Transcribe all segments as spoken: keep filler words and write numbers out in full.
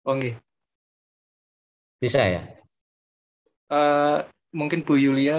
Oh nggih. Bisa ya? Eh, mungkin Bu Yulia.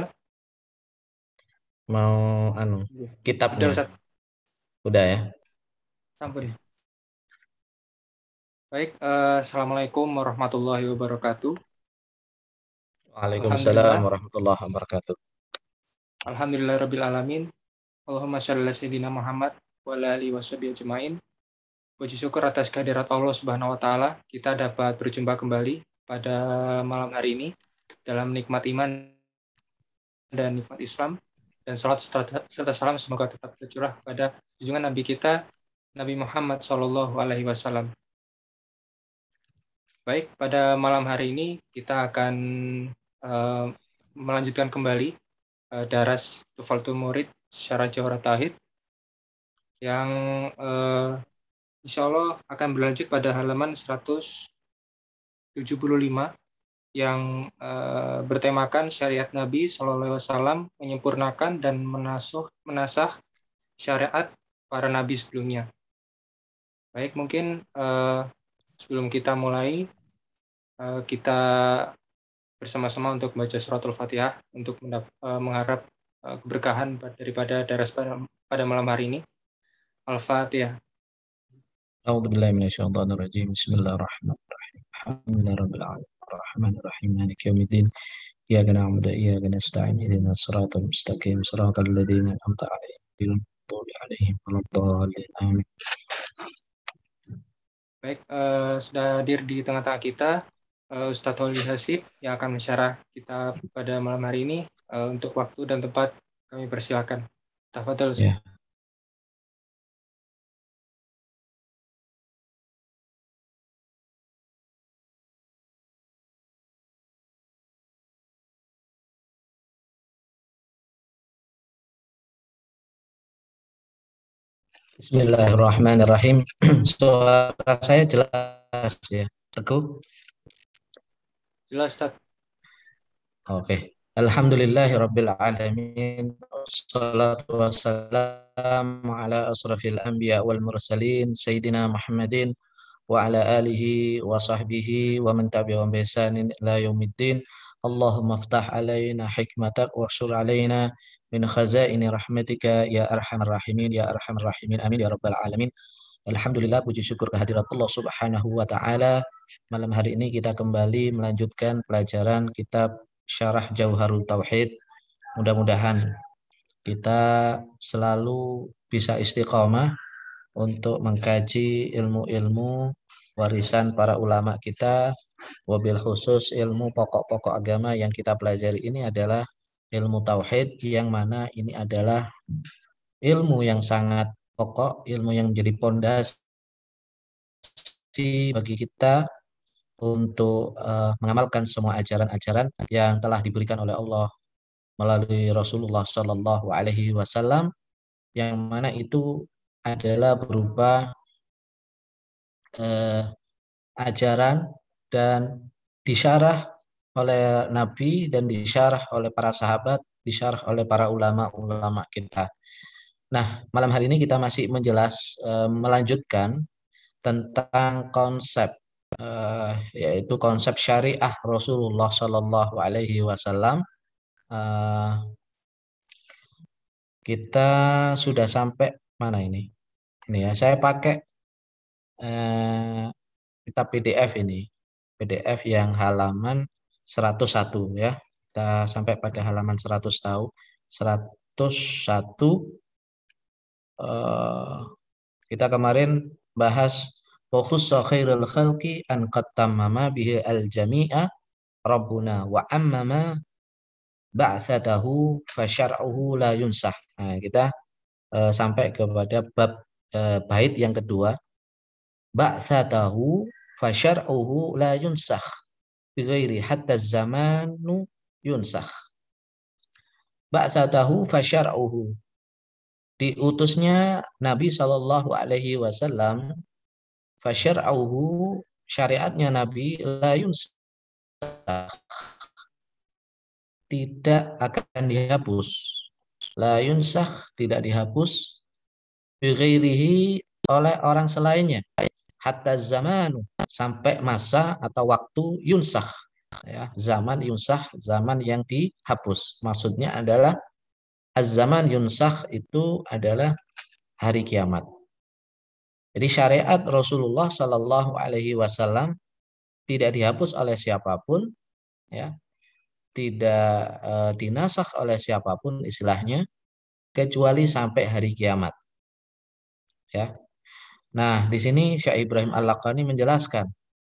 Mau anu Nggih. Udah kitabnya? Ustaz, Udah ya? sampun. Oke. Baik, eh, Assalamualaikum warahmatullahi wabarakatuh. Waalaikumsalam Alhamdulillah, warahmatullahi wabarakatuh. Alhamdulillahirabbil alamin. Allahumma shalli ala sayyidina Muhammad wa ala alihi washabihi ajmain. Puji syukur atas kehadirat Allah Subhanahu wa taala, kita dapat berjumpa kembali pada malam hari ini dalam nikmat iman dan nikmat Islam, dan salat serta salam semoga tetap tercurah pada junjungan Nabi kita Nabi Muhammad Shallallahu alaihi wasallam. Baik, pada malam hari ini kita akan uh, melanjutkan kembali uh, daras Tufatul Murid secara Jawhara Tauhid yang uh, insya Allah akan berlanjut pada halaman seratus tujuh puluh lima yang uh, bertemakan syariat Nabi Shallallahu Alaihi Wasallam menyempurnakan dan menasuh menasah syariat para nabi sebelumnya. Baik, mungkin uh, sebelum kita mulai, uh, kita bersama-sama untuk membaca suratul Fatihah untuk mendap- uh, mengharap uh, keberkahan daripada daras pada, pada malam hari ini. Al-Fatihah. A'udzu billahi minasyaitonir rajim. Bismillahirrahmanirrahim. Alhamdulillahirabbil alamin. Arrahmanirrahim. Maliki yaumiddin. Iyyaka na'budu wa iyyaka nasta'in. Ihdinas siratal mustaqim. Siratal ladzina an'amta 'alaihim ghairil maghdubi 'alaihim waladdallin. Amin. Baik, uh, sudah hadir di tengah-tengah kita uh, Ustadz Holil Hasib yang akan mensyarah kita pada malam hari ini. Uh, untuk waktu dan tempat kami persilakan. Tafadhol Ustaz. Ya. Bismillahirrahmanirrahim. Suara saya jelas ya, Teguh? Jelas Ustaz. Oke. Alhamdulillahirabbil alamin. Wassalatu wassalamu ala asrafil anbiya wal mursalin sayyidina Muhammadin wa ala alihi wa sahbihi wa man tabi'ahum bi ihsanin ila yaumiddin. Allahumma iftah alaina hikmatak wa sur alaina min khazaini rahmatika ya arhamar rahimin ya arhamar rahimin amin ya rabbal alamin. Alhamdulillah, puji syukur kehadirat Allah Subhanahu wa taala. Malam hari ini kita kembali melanjutkan pelajaran kitab Syarah Jauharul Tauhid. Mudah-mudahan kita selalu bisa istiqomah untuk mengkaji ilmu-ilmu warisan para ulama kita, wabil khusus ilmu pokok-pokok agama yang kita pelajari ini adalah ilmu tauhid, yang mana ini adalah ilmu yang sangat pokok, ilmu yang menjadi pondasi bagi kita untuk uh, mengamalkan semua ajaran-ajaran yang telah diberikan oleh Allah melalui Rasulullah Shallallahu Alaihi Wasallam, yang mana itu adalah berupa uh, ajaran dan disyarah oleh Nabi dan disyarah oleh para sahabat, disyarah oleh para ulama-ulama kita. Nah, malam hari ini kita masih menjelas uh, melanjutkan tentang konsep uh, yaitu konsep syariah Rasulullah Shallallahu Alaihi Wasallam. Uh, kita sudah sampai mana ini? Ini ya, saya pakai uh, kitab P D F ini, P D F yang halaman seratus satu ya. Kita sampai pada halaman seratus tahu, seratus satu. Uh, kita kemarin bahas fokus khairul khalqi an qattamama bihi al jami'a Rabbuna wa ammama ba'satahu fasyar'uhu la yunsah. Nah, kita uh, sampai kepada bab uh, bait yang kedua. Ba'satahu fasyar'uhu la yunsah bighairi hatta zamanu yunsah. Ba'satahu fasyar'uhu. Diutusnya Nabi Shallallahu Alaihi Wasallam, fasyar'uhu, syariatnya Nabi, la yunsah, tidak akan dihapus. La yunsah, tidak dihapus, bighairihi, oleh orang selainnya. hatta zamanu, sampai masa atau waktu yunsakh, ya, zaman yunsakh, zaman yang dihapus. Maksudnya adalah az-zaman yunsakh itu adalah hari kiamat. Jadi syariat Rasulullah Shallallahu Alaihi Wasallam tidak dihapus oleh siapapun, ya, tidak e, dinasakh oleh siapapun istilahnya, kecuali sampai hari kiamat. Ya. Nah, di sini Syekh Ibrahim Al-Laqani menjelaskan,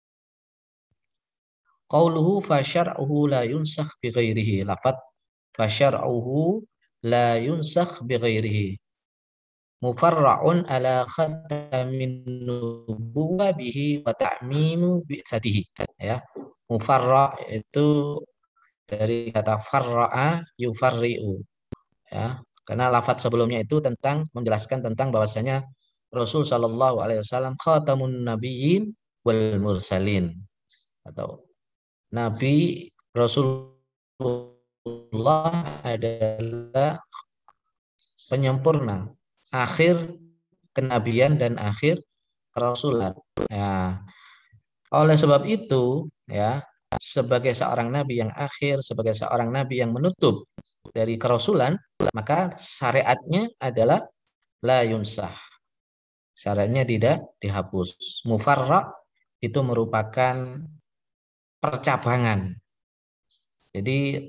qauluhu fa syar'uhu la yunsakh bi ghairihi, lafaz fa syar'uhu la yunsakh bi ghairihi mufarra'un ala khatamin nubuwah bihi wa ta'mimu bi'satihi, ya. Mufarra' itu dari kata farra'a yufarri'u, ya. Karena lafaz sebelumnya itu tentang menjelaskan tentang bahwasanya Rasul Shallallahu Alaihi Wasallam khatamun nabiyyin wal mursalin, atau Nabi Rasulullah adalah penyempurna akhir kenabian dan akhir kerasulan. Ya, oleh sebab itu, ya, sebagai seorang nabi yang akhir, sebagai seorang nabi yang menutup dari kerasulan, maka syariatnya adalah la yunsah. Syariatnya tidak dihapus. Mufarra itu merupakan percabangan. Jadi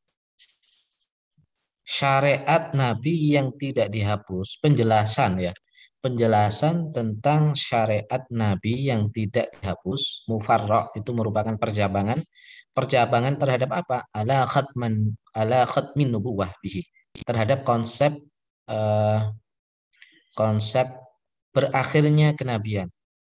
syariat Nabi yang tidak dihapus, penjelasan, ya, penjelasan tentang syariat Nabi yang tidak dihapus, mufarra itu merupakan percabangan, percabangan terhadap apa? Ala khatman, ala khatmin nubuwah bihi, terhadap konsep eh, konsep berakhirnya kenabian.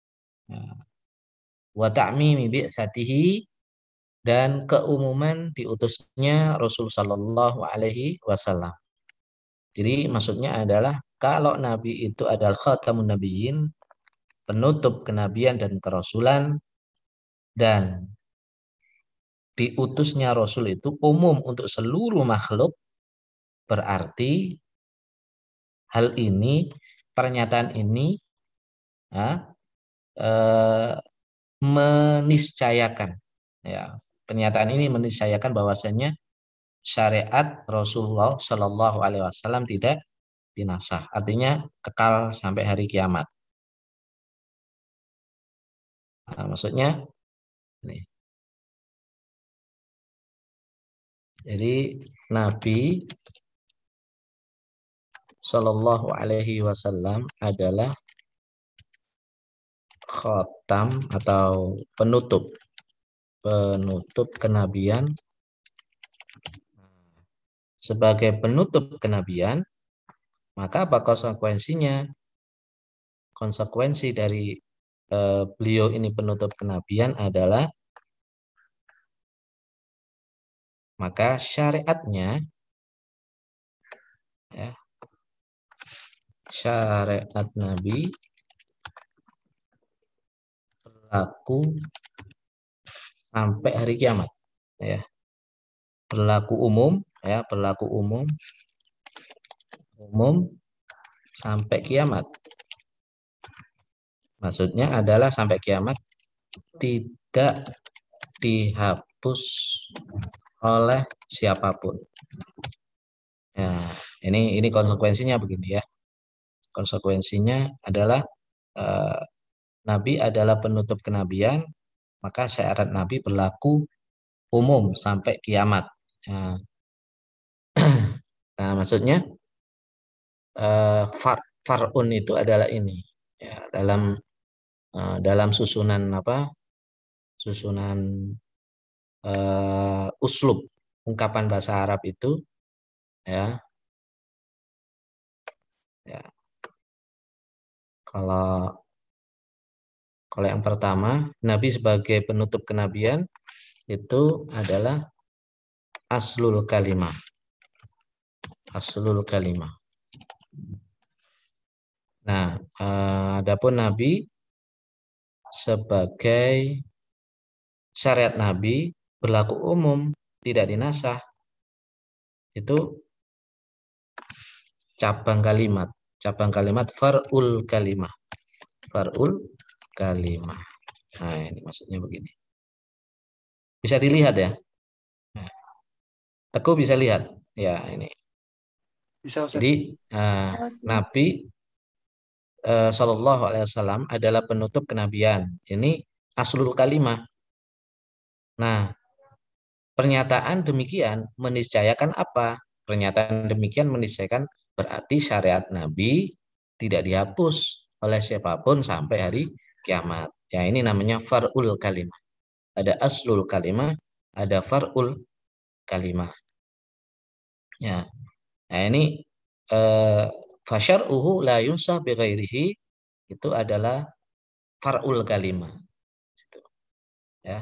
Wa ta'mimi bi'satihi, dan keumuman diutusnya Rasul Shallallahu Alaihi Wasallam. Jadi maksudnya adalah kalau Nabi itu adalah khatamun nabiyyin, penutup kenabian dan kerasulan, dan diutusnya Rasul itu umum untuk seluruh makhluk, berarti hal ini, pernyataan ini, ya, eh, meniscayakan, ya, pernyataan ini meniscayakan bahwasanya syariat Rasulullah Shallallahu Alaihi Wasallam tidak dinasah, artinya kekal sampai hari kiamat. Nah, maksudnya nih, jadi Nabi Shallallahu Alaihi Wasallam adalah khotam atau penutup, penutup kenabian. Sebagai penutup kenabian, maka apa konsekuensinya? Konsekuensi dari eh, beliau ini penutup kenabian adalah maka syariatnya, ya, syariat Nabi berlaku sampai hari kiamat, ya, berlaku umum, ya, berlaku umum, umum sampai kiamat. Maksudnya adalah sampai kiamat tidak dihapus oleh siapapun. Ya, ini ini konsekuensinya begini, ya. Konsekuensinya adalah eh, Nabi adalah penutup kenabian, maka syarat Nabi berlaku umum sampai kiamat. Nah, nah maksudnya eh, far, farun itu adalah ini, ya, dalam eh, dalam susunan apa? Susunan eh, uslub ungkapan bahasa Arab itu, ya, ya. Kalau kalau yang pertama, Nabi sebagai penutup kenabian itu adalah aslul kalimah. Aslul kalimah. Nah, eh, adapun Nabi sebagai syariat Nabi berlaku umum, tidak dinasah, itu cabang kalimat, cabang kalimat far'ul kalimah. Far'ul kalimah. Nah, ini maksudnya begini. Bisa dilihat ya. Nah, Teguh bisa lihat. Ya, ini. Bisa Ustaz. Jadi uh, Ya, Ustaz. Nabi uh, Shallallahu Alaihi Wasallam adalah penutup kenabian. Ini aslul kalimah. Nah, pernyataan demikian meniscayakan apa? Pernyataan demikian meniscayakan berarti syariat Nabi tidak dihapus oleh siapapun sampai hari kiamat. Ya, ini namanya far'ul kalimah. Ada aslul kalimah, ada far'ul kalimah. Ya. Nah, ini eh, fasyar'uhu la yunsah bi ghairihi itu adalah far'ul kalimah. Gitu. Ya.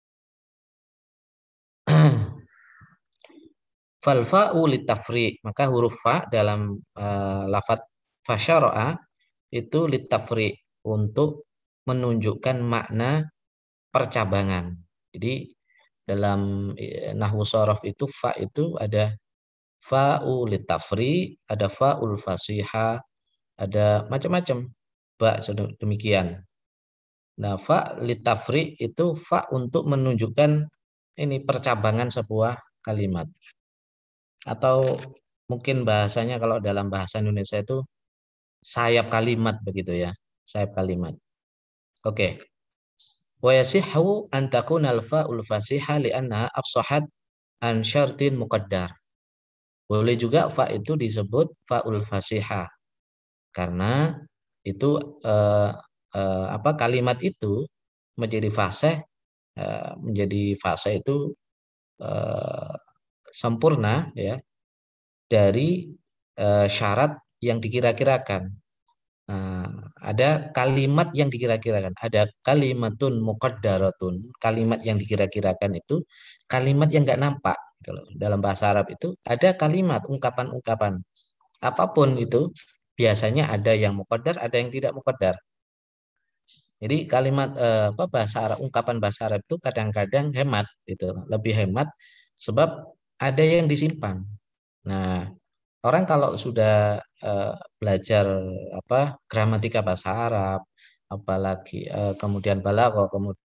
Fal fa'u litafri, maka huruf fa dalam uh, lafadz fasyara'a itu litafri untuk menunjukkan makna percabangan. Jadi dalam eh, nahwu shorof itu fa itu ada fa'u litafri, ada fa'ul fasiha, ada macam-macam. Ba demikian. Nah, fa litafri itu fa untuk menunjukkan ini percabangan sebuah kalimat. Atau mungkin bahasanya kalau dalam bahasa Indonesia itu sayap kalimat begitu ya, sayap kalimat. Oke. Wa yasihhu an takuna al-fa'ul fasiha li'annaha afsahat an syartin muqaddar. Boleh juga fa itu disebut fa'ul fasiha karena itu eh, eh, apa kalimat itu menjadi fasih eh, menjadi fasih itu eh, sempurna ya dari eh, syarat yang dikira-kirakan. Nah, ada kalimat yang dikira-kirakan, ada kalimatun muqaddaratun, kalimat yang dikira-kirakan itu kalimat yang nggak nampak. Gitu loh. Dalam bahasa Arab itu ada kalimat, ungkapan-ungkapan, apapun itu biasanya ada yang muqaddar, ada yang tidak muqaddar. Jadi kalimat eh, apa bahasa Arab, ungkapan bahasa Arab itu kadang-kadang hemat, gitu, lebih hemat sebab ada yang disimpan. Nah, orang kalau sudah eh, belajar apa gramatika bahasa Arab, apalagi eh, kemudian balaghah, kemudian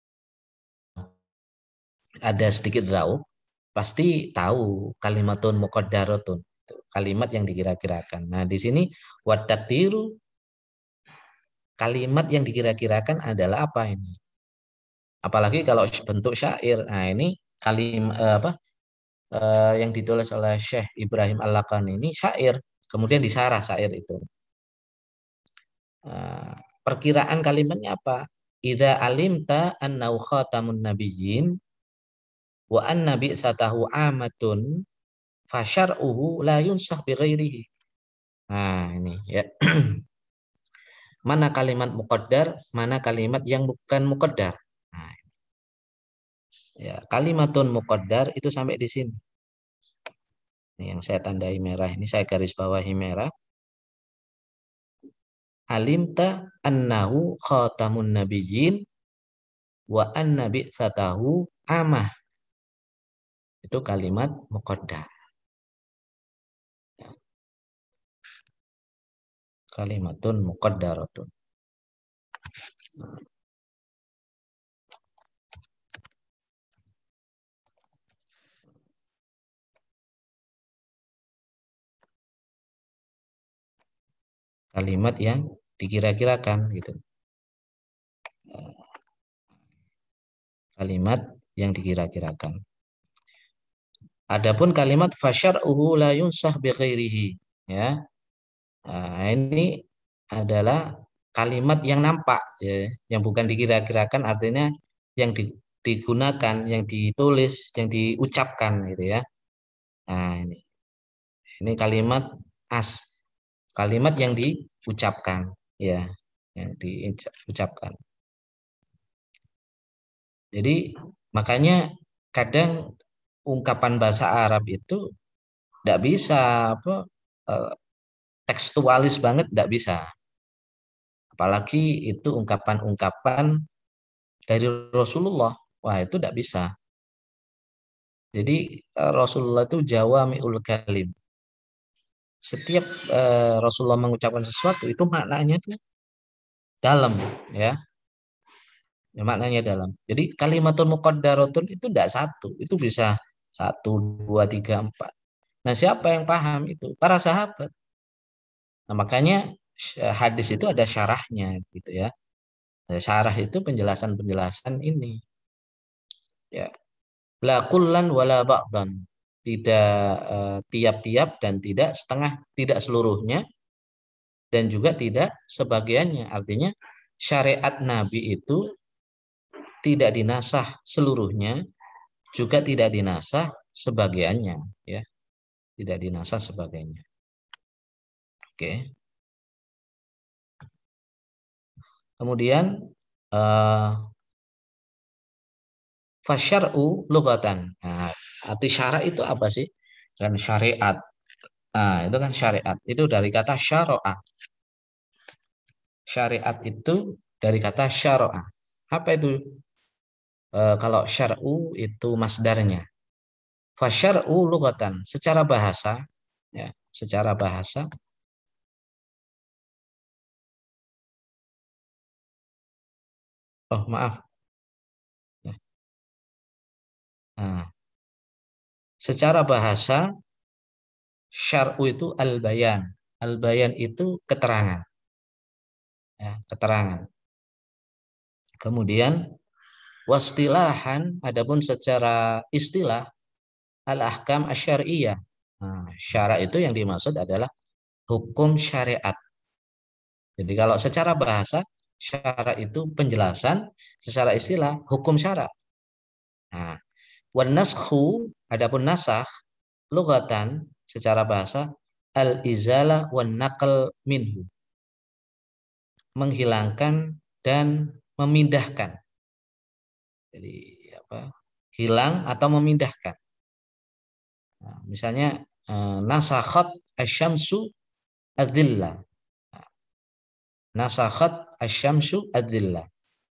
ada sedikit rauk, pasti tahu kalimatun muqaddaratun, kalimat yang dikira-kirakan. Nah, di sini wadaktiru kalimat yang dikira-kirakan adalah apa ini? Apalagi kalau bentuk syair. Nah, ini kalimat eh, apa eh, yang ditulis oleh Syekh Ibrahim Al-Laqani ini syair, kemudian disarah syair itu. Nah, perkiraan kalimatnya apa? Idza alimta annahu khatamun nabiyyin wa anna bi'satahu amatun fasyar'uhu la yunsah bi ghairihi. Nah, ini ya. Mana kalimat muqaddar, mana kalimat yang bukan muqaddar. Nah, ya, kalimatun muqaddar itu sampai di sini. Ini yang saya tandai merah ini, saya garis bawahi merah. Alimta annahu khatamun nabiyyin wa anna bi'satahu amah. Itu kalimat muqaddar. Kalimatun muqaddaratun. Kalimat yang dikira-kirakan gitu. Kalimat yang dikira-kirakan. Adapun kalimat fasyar'uhu la yunsah bi ghairihi, ya. Nah, ini adalah kalimat yang nampak ya, yang bukan dikira-kirakan, artinya yang di, digunakan, yang ditulis, yang diucapkan gitu ya. Nah, ini. Ini kalimat as, kalimat yang diucapkan ya, yang diucapkan. Jadi makanya kadang ungkapan bahasa Arab itu tidak bisa apa eh, tekstualis banget, tidak bisa. Apalagi itu ungkapan-ungkapan dari Rasulullah, wah itu tidak bisa. Jadi eh, Rasulullah itu jawami'ul kalim. Setiap eh, Rasulullah mengucapkan sesuatu itu maknanya itu dalam, ya. Ya, maknanya dalam. Jadi kalimatun muqaddaratun itu tidak satu, itu bisa satu, dua, tiga, empat. Nah, siapa yang paham itu? Para sahabat. Nah, makanya hadis itu ada syarahnya gitu ya. Syarah itu penjelasan-penjelasan ini. Ya, la kullan wala ba'dan. Tidak eh, tiap-tiap dan tidak setengah, tidak seluruhnya dan juga tidak sebagiannya. Artinya syariat Nabi itu tidak dinasah seluruhnya, juga tidak dinasah sebagiannya, ya. Tidak dinasah sebagiannya. Oke. Kemudian eh, fasyar'u lugatan. Nah, arti syara itu apa sih? Kan syariat. Nah, itu kan syariat. Itu dari kata syara'a. Syariat itu dari kata syara'a. Apa itu? E, kalau syar'u itu masdarnya. Fasyar'u lugatan. Secara bahasa, ya, secara bahasa. Oh, maaf. Nah, secara bahasa syar'u itu al-bayan. Al-bayan itu keterangan, ya, keterangan. Kemudian wastilahan, adapun secara istilah al-ahkam asy-syar'iyyah. Nah, syara itu yang dimaksud adalah hukum syariat. Jadi kalau secara bahasa syara itu penjelasan, secara istilah hukum syara. Nah, wan naskhu, adapun nasakh lugatan secara bahasa al-izalah wan naql minhu. Menghilangkan dan memindahkan. Jadi apa? Hilang atau memindahkan. Nah, misalnya eh, nasakhat asyamsu adzillah. Nasakhat asyamsu adzillah.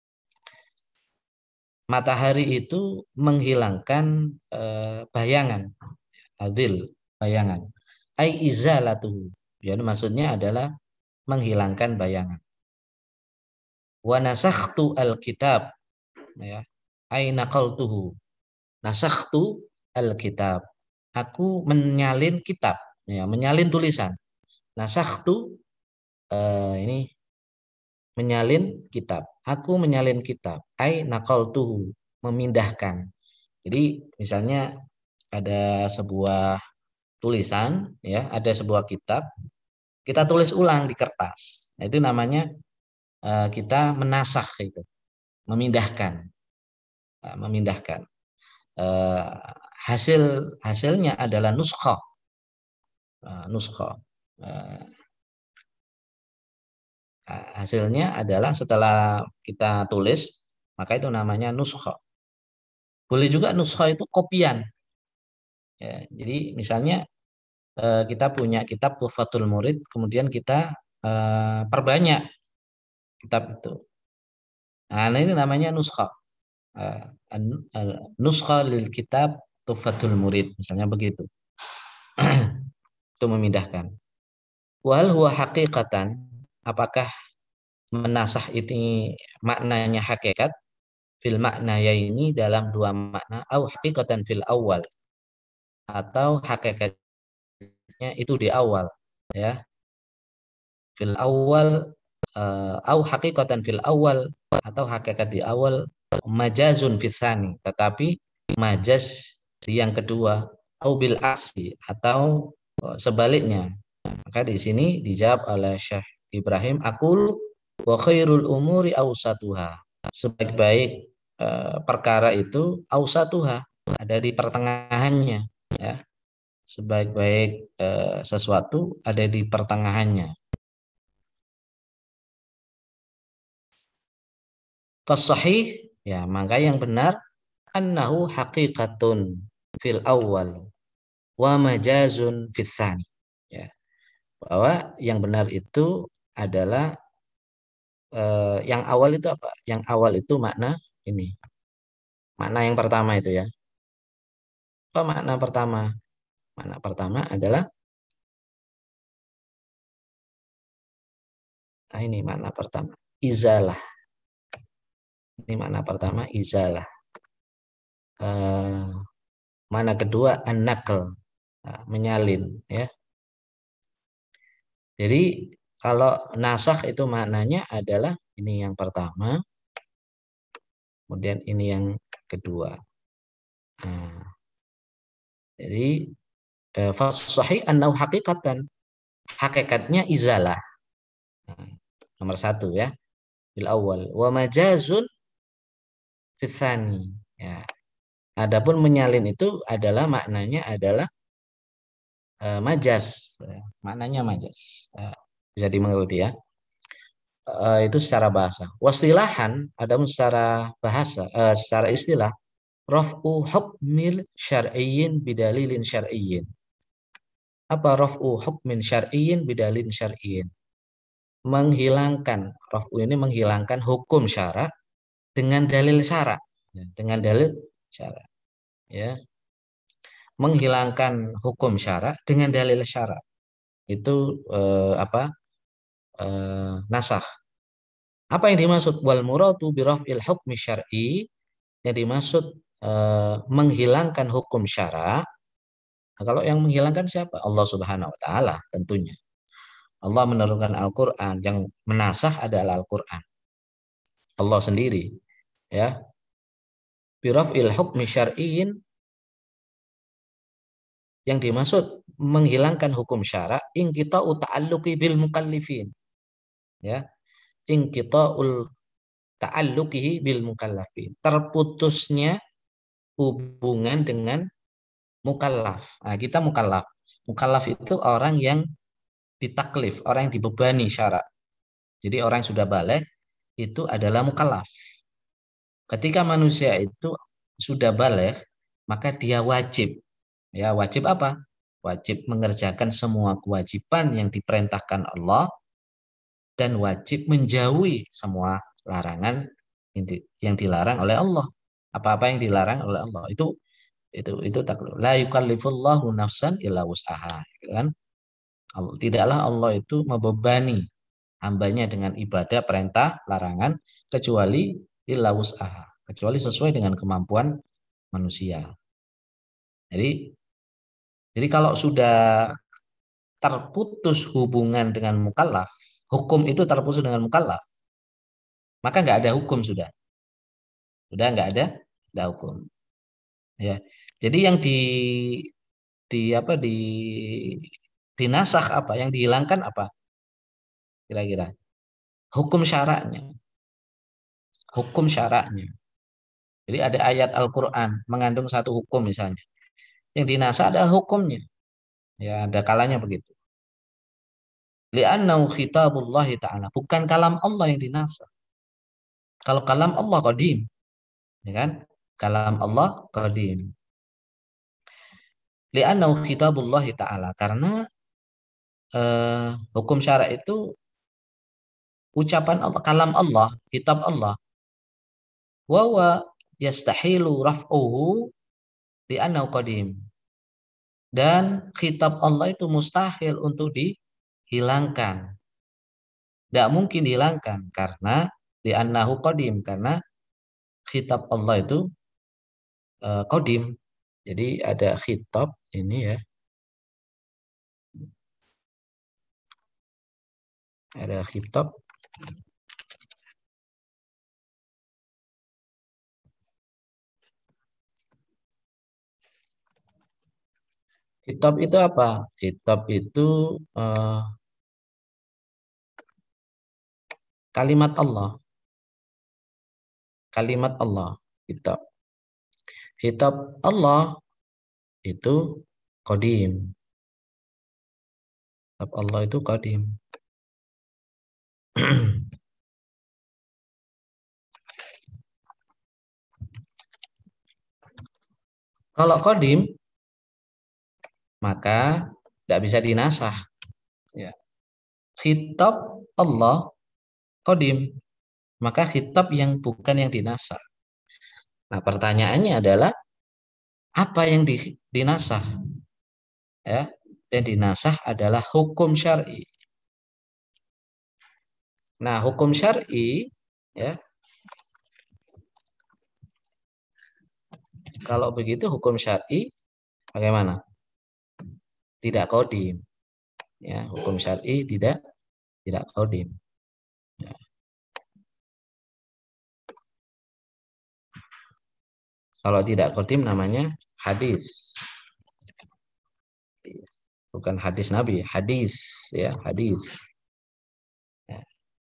Matahari itu menghilangkan eh, bayangan, adzil, bayangan. Ai izalatuhu. Jadi maksudnya adalah menghilangkan bayangan. Wa nasakhtu alkitab, ya. Ai naqaltuhu. Nasakhtu alkitab. Aku menyalin kitab, ya, menyalin tulisan. Nasakhtu eh, ini menyalin kitab. Aku menyalin kitab. Ai naqaltuhu, memindahkan. Jadi misalnya ada sebuah tulisan, ya, ada sebuah kitab, kita tulis ulang di kertas. Nah, itu namanya eh, kita menasakh itu, memindahkan, eh, memindahkan. Eh, hasil hasilnya adalah nuskha, eh, nuskha. Eh, hasilnya adalah setelah kita tulis, maka itu namanya nuskha. Boleh juga nuskha itu kopian. Ya, jadi misalnya eh, kita punya kitab Tuhfatul Murid, kemudian kita eh, perbanyak kitab itu. Nah, ini namanya nuskha. Eh, nuskha lil kitab Tuhfatul Murid, misalnya begitu. Itu memindahkan. Wal huwa haqiqatan, apakah menasah ini maknanya hakikat? Fil makna ya ini dalam dua makna, au haqiqatan fil awal, atau hakikatnya itu di awal, ya. Fil awal uh, au haqiqatan fil awal, atau hakikat di awal, majazun fisani, tetapi majaz di yang kedua, au bil aksi, atau uh, sebaliknya. Maka di sini dijawab oleh Syekh Ibrahim, aqul wa khairul umuri awsatuha. Sebaik-baik uh, perkara itu awsatuha, ada di pertengahannya, ya. Sebaik-baik uh, sesuatu ada di pertengahannya. Fasahih, ya, maka yang benar annahu haqiqatun fil awal wa majazun fis tsani, ya, bahwa yang benar itu adalah eh, yang awal itu apa? Yang awal itu makna ini. Makna yang pertama itu, ya. Apa makna pertama? Makna pertama adalah, nah ini makna pertama, izalah. Ini makna pertama izalah. Eh, Mana kedua an-naql, nah, menyalin ya. Jadi kalau nasakh itu maknanya adalah ini yang pertama, kemudian ini yang kedua. Nah, jadi eh, fasahih annahu haqiqatan, hakikatnya izalah. Nah, nomor satu ya, bil awal. Wa majazun fisani. Ya. Adapun menyalin itu adalah maknanya adalah eh, majas. Ya, maknanya majas. Ya, bisa dimengerti ya. Eh, itu secara bahasa. Wasilahan, ada secara bahasa, eh, secara istilah, raf'u hukmil syar'iyyin bidalilin syar'iyyin. Apa raf'u hukmin syar'iyyin bidalilin syar'iyyin? Menghilangkan, raf'u ini menghilangkan hukum syara dengan dalil syara. Ya, dengan dalil syara. Ya, menghilangkan hukum syara dengan dalil syara. Itu eh, apa? Eh, nasakh. Apa yang dimaksud wal muradu bi raf'il hukmi syar'i? Yang dimaksud eh, menghilangkan hukum syara. Nah, kalau yang menghilangkan siapa? Allah Subhanahu wa taala tentunya. Allah menurunkan Al-Qur'an, yang menasakh adalah Al-Qur'an. Allah sendiri, ya. Bi raf'il hukmi syar'iyyin, yang dimaksud menghilangkan hukum syara in kita ta'alluqi bil mukallifin, ya. In kita ta'alluqihi bil mukallafin. Terputusnya hubungan dengan mukallaf. Nah, kita mukallaf. Mukallaf itu orang yang ditaklif, orang yang dibebani syarat. Jadi orang yang sudah balik itu adalah mukallaf. Ketika manusia itu sudah balik, maka dia wajib. Ya, wajib apa? Wajib mengerjakan semua kewajiban yang diperintahkan Allah dan wajib menjauhi semua larangan yang dilarang oleh Allah. Apa-apa yang dilarang oleh Allah itu itu itu taklif. La yukallifullahu nafsan illa wus'aha, gitu kan? Tidaklah Allah itu membebani hambanya dengan ibadah, perintah, larangan, kecuali illa wus'aha, kecuali sesuai dengan kemampuan manusia. Jadi jadi kalau sudah terputus hubungan dengan mukallaf, hukum itu terputus dengan mukallaf, maka nggak ada hukum sudah. Sudah nggak ada, nggak hukum. Ya. Jadi yang di di apa di dinasakh apa? Yang dihilangkan apa? Kira-kira hukum syaraknya. Hukum syaraknya. Jadi ada ayat Al-Qur'an mengandung satu hukum misalnya. Yang dinasakh ada hukumnya. Ya, ada kalanya begitu. Li'annahu khitabullah ta'ala, bukan kalam Allah yang dinasakh. Kalau kalam Allah qadim, ya kan? Kalam Allah qadim. Li'annahu khitabullah ta'ala, karena eh, hukum syarak itu ucapan Allah, kalam Allah, kitab Allah. Wa wa yastahilu raf'uhu li'annahu qadim. Dan kitab Allah itu mustahil untuk dihilangkan. Tidak mungkin dihilangkan karena li'annahu qadim, karena kitab Allah itu uh, qadim. Jadi ada kitab ini ya. Ada kitab. Kitab itu apa? Kitab itu uh, kalimat Allah. Kalimat Allah, kitab. Kitab Allah itu qadim. Kitab Allah itu qadim. Kalau qadim maka tidak bisa dinasah. Ya. Kitab Allah qadim, maka kitab yang bukan yang dinasah. Nah, pertanyaannya adalah apa yang di, dinasah? Ya, yang dinasah adalah hukum syar'i. Nah, hukum syar'i ya Kalau begitu hukum syar'i bagaimana? Tidak qadim. Ya, hukum syar'i tidak tidak qadim. Ya. Kalau tidak qadim namanya hadis. Bukan hadis Nabi, hadis ya, hadis. Ya.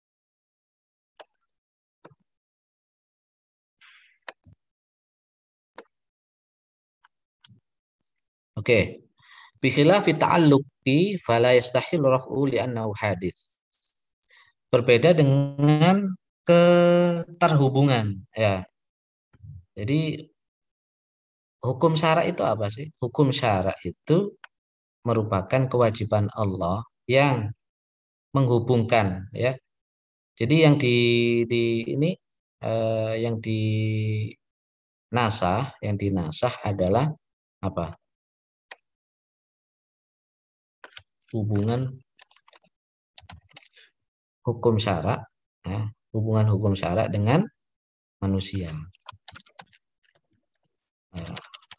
Oke. Bi khilafi ta'alluqi fala yastahil raf'u li'annahu hadis. Berbeda dengan keterhubungan ya. Jadi hukum syara itu apa sih? Hukum syara itu merupakan kewajiban Allah yang menghubungkan ya. Jadi yang di di ini eh, yang di nasah, yang dinasah adalah apa? Hubungan hukum syara, ya, hubungan hukum syara dengan manusia. Ya.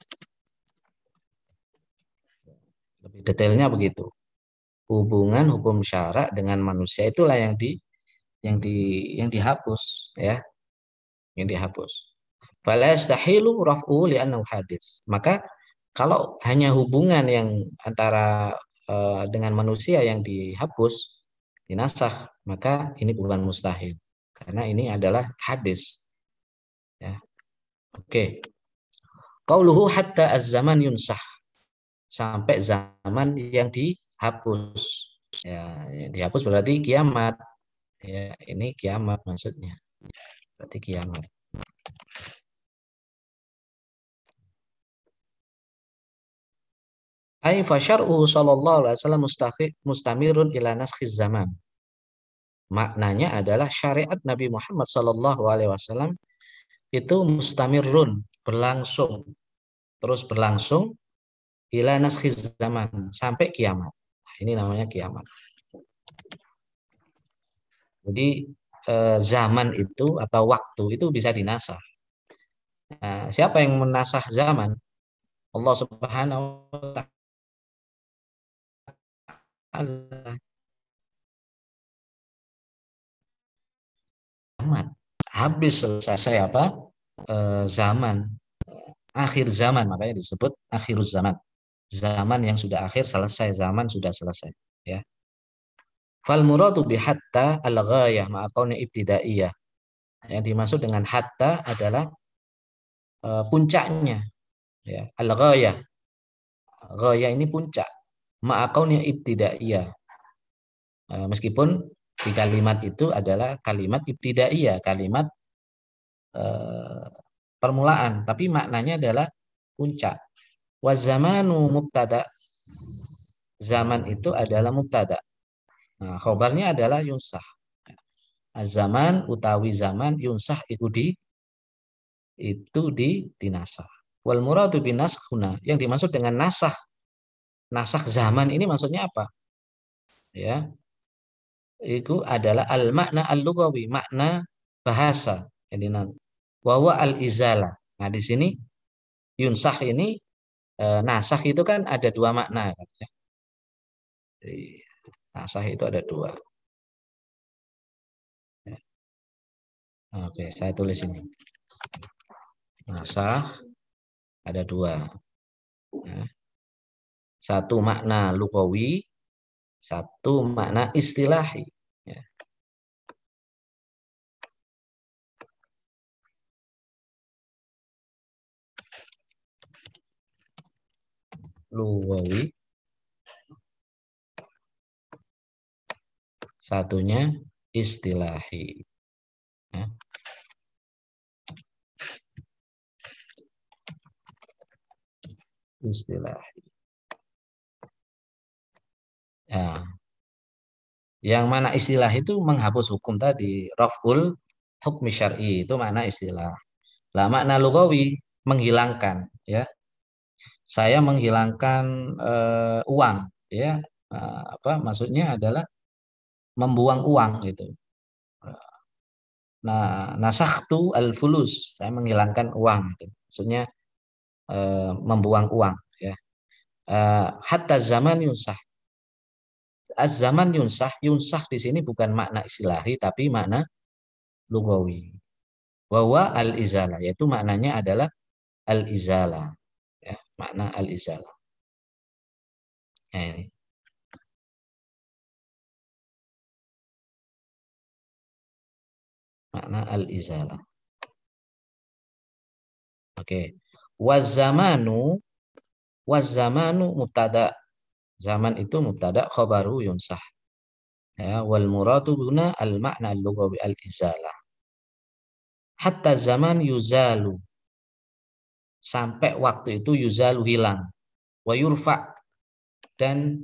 Lebih detailnya begitu. Hubungan hukum syara dengan manusia itulah yang di yang di yang dihapus ya, yang dihapus. Fala yastahilu raf'u li'annahu hadis. Maka kalau hanya hubungan yang antara uh, dengan manusia yang dihapus, dinasakh, maka ini bukan mustahil karena ini adalah hadis. Ya. Oke. Qauluhu hatta az-zaman yunsah. Sampai zaman yang dihapus. Ya, yang dihapus berarti kiamat. Ya, ini kiamat maksudnya. Berarti kiamat. Ai fasyar'u sallallahu alaihi wasallam mustamirun ila naskhiz zaman. Maknanya adalah syariat Nabi Muhammad sallallahu alaihi wasallam itu mustamirun, berlangsung, terus berlangsung ila naskhiz zaman, sampai kiamat. Nah, ini namanya kiamat. Jadi eh, zaman itu atau waktu itu bisa dinasah. Nah, siapa yang menasah zaman? Allah Subhanahu wa taala. Habis selesai apa? Eh, zaman, akhir zaman, makanya disebut akhiruz zaman. Zaman yang sudah akhir selesai, zaman sudah selesai, ya. Fal muradu bi hatta al-ghayah ma'a kauni ibtidaiyah. Yang dimaksud dengan hatta adalah uh, puncaknya, ya. Al-ghayah. Ghayah ini puncak. Ma'a kauni ibtidaiyah. Uh, meskipun di kalimat itu adalah kalimat ibtidaiyah, kalimat uh, permulaan, tapi maknanya adalah puncak. Wa zamanu mubtada. Zaman itu adalah mubtada. Nah, khobarnya adalah yunsah. Az-zaman utawi zaman yunsah itu di itu di dinasah. Wal muradu bin naskhuna, yang dimaksud dengan nasah, nasah zaman ini maksudnya apa? Ya, itu adalah al makna al lughawi, makna bahasa. Jadi wa al izala. Nah, di sini yunsah ini e, nasah itu kan ada dua makna kan, ya. Jadi, nasah itu ada dua. Ya. Oke, saya tulis ini. Nasah ada dua. Ya. Satu makna lugawi, satu makna istilahi. Ya. Lugawi, satunya istilahi. Ya. Istilahi. Ya. Yang mana istilah itu menghapus hukum tadi, raf'ul hukmi syar'i, itu makna istilah. Lah makna lugawi menghilangkan, ya. Saya menghilangkan uh, uang, ya. Uh, apa maksudnya adalah membuang uang gitu. Nah, nasakhtu al-fulus, saya menghilangkan uang gitu. Maksudnya uh, membuang uang ya. Uh, hatta zaman yunsah. Az-zaman yunsah, yunsah di sini bukan makna istilahi tapi makna lugawi. Bahwa al-izalah, yaitu maknanya adalah al-izalah. Ya, makna al-izalah. Nah, ini. Makna al-izalah. Oke. Wazamanu, wazamanu mubtada. Zaman itu mubtada, khabaru yunsah. Ya, wal muradu guna al-makna al-lughawi al-izalah. Hatta zaman yuzalu. Sampai waktu itu yuzalu hilang. Wa yurfa, dan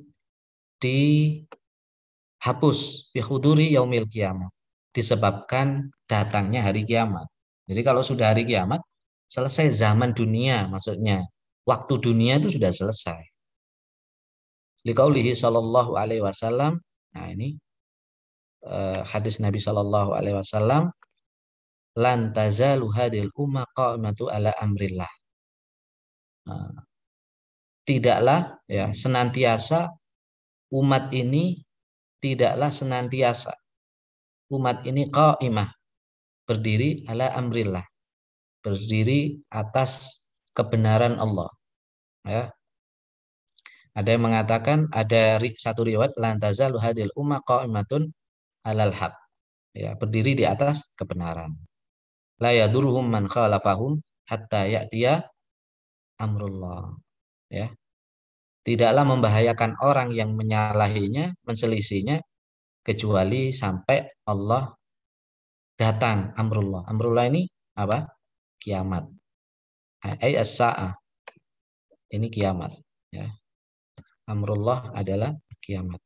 dihapus bihuduri yaumil kiamat, disebabkan datangnya hari kiamat. Jadi kalau sudah hari kiamat, selesai zaman dunia, maksudnya waktu dunia itu sudah selesai. Liqaulihi sallallahu alaihi wasallam. Nah, ini eh, hadis Nabi sallallahu alaihi wasallam, lan tazalu hadil umma qa'imatu ala amrillah. Nah, tidaklah ya senantiasa umat ini tidaklah senantiasa umat ini qa'imah, berdiri ala amrillah, berdiri atas kebenaran Allah. Ya. Ada yang mengatakan, ada satu riwayat, lan tazalu hadil umma qa'imatun alal haq. Ya, berdiri di atas kebenaran. La yadurhum man khalafahum hatta ya'tiya amrullah. Ya. Tidaklah membahayakan orang yang menyalahinya, menselisihinya, kecuali sampai Allah datang amrullah. Amrullah ini apa? Kiamat. Ai as-sa'ah. Ini kiamat, ya. Amrullah adalah kiamat.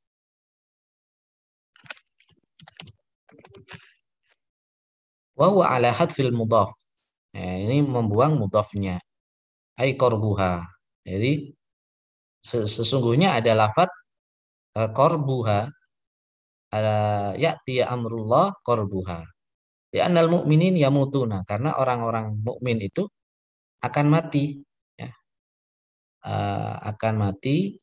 Wa huwa ala hadfil mudhaf. Ya, ini membuang mudhafnya. Ai qarbuha. Jadi sesungguhnya ada lafaz qarbuha, ya'ti amrullah qarbuha. Ya annal mu'minin yamutuna, karena orang-orang mukmin itu akan mati, ya. Uh, akan mati.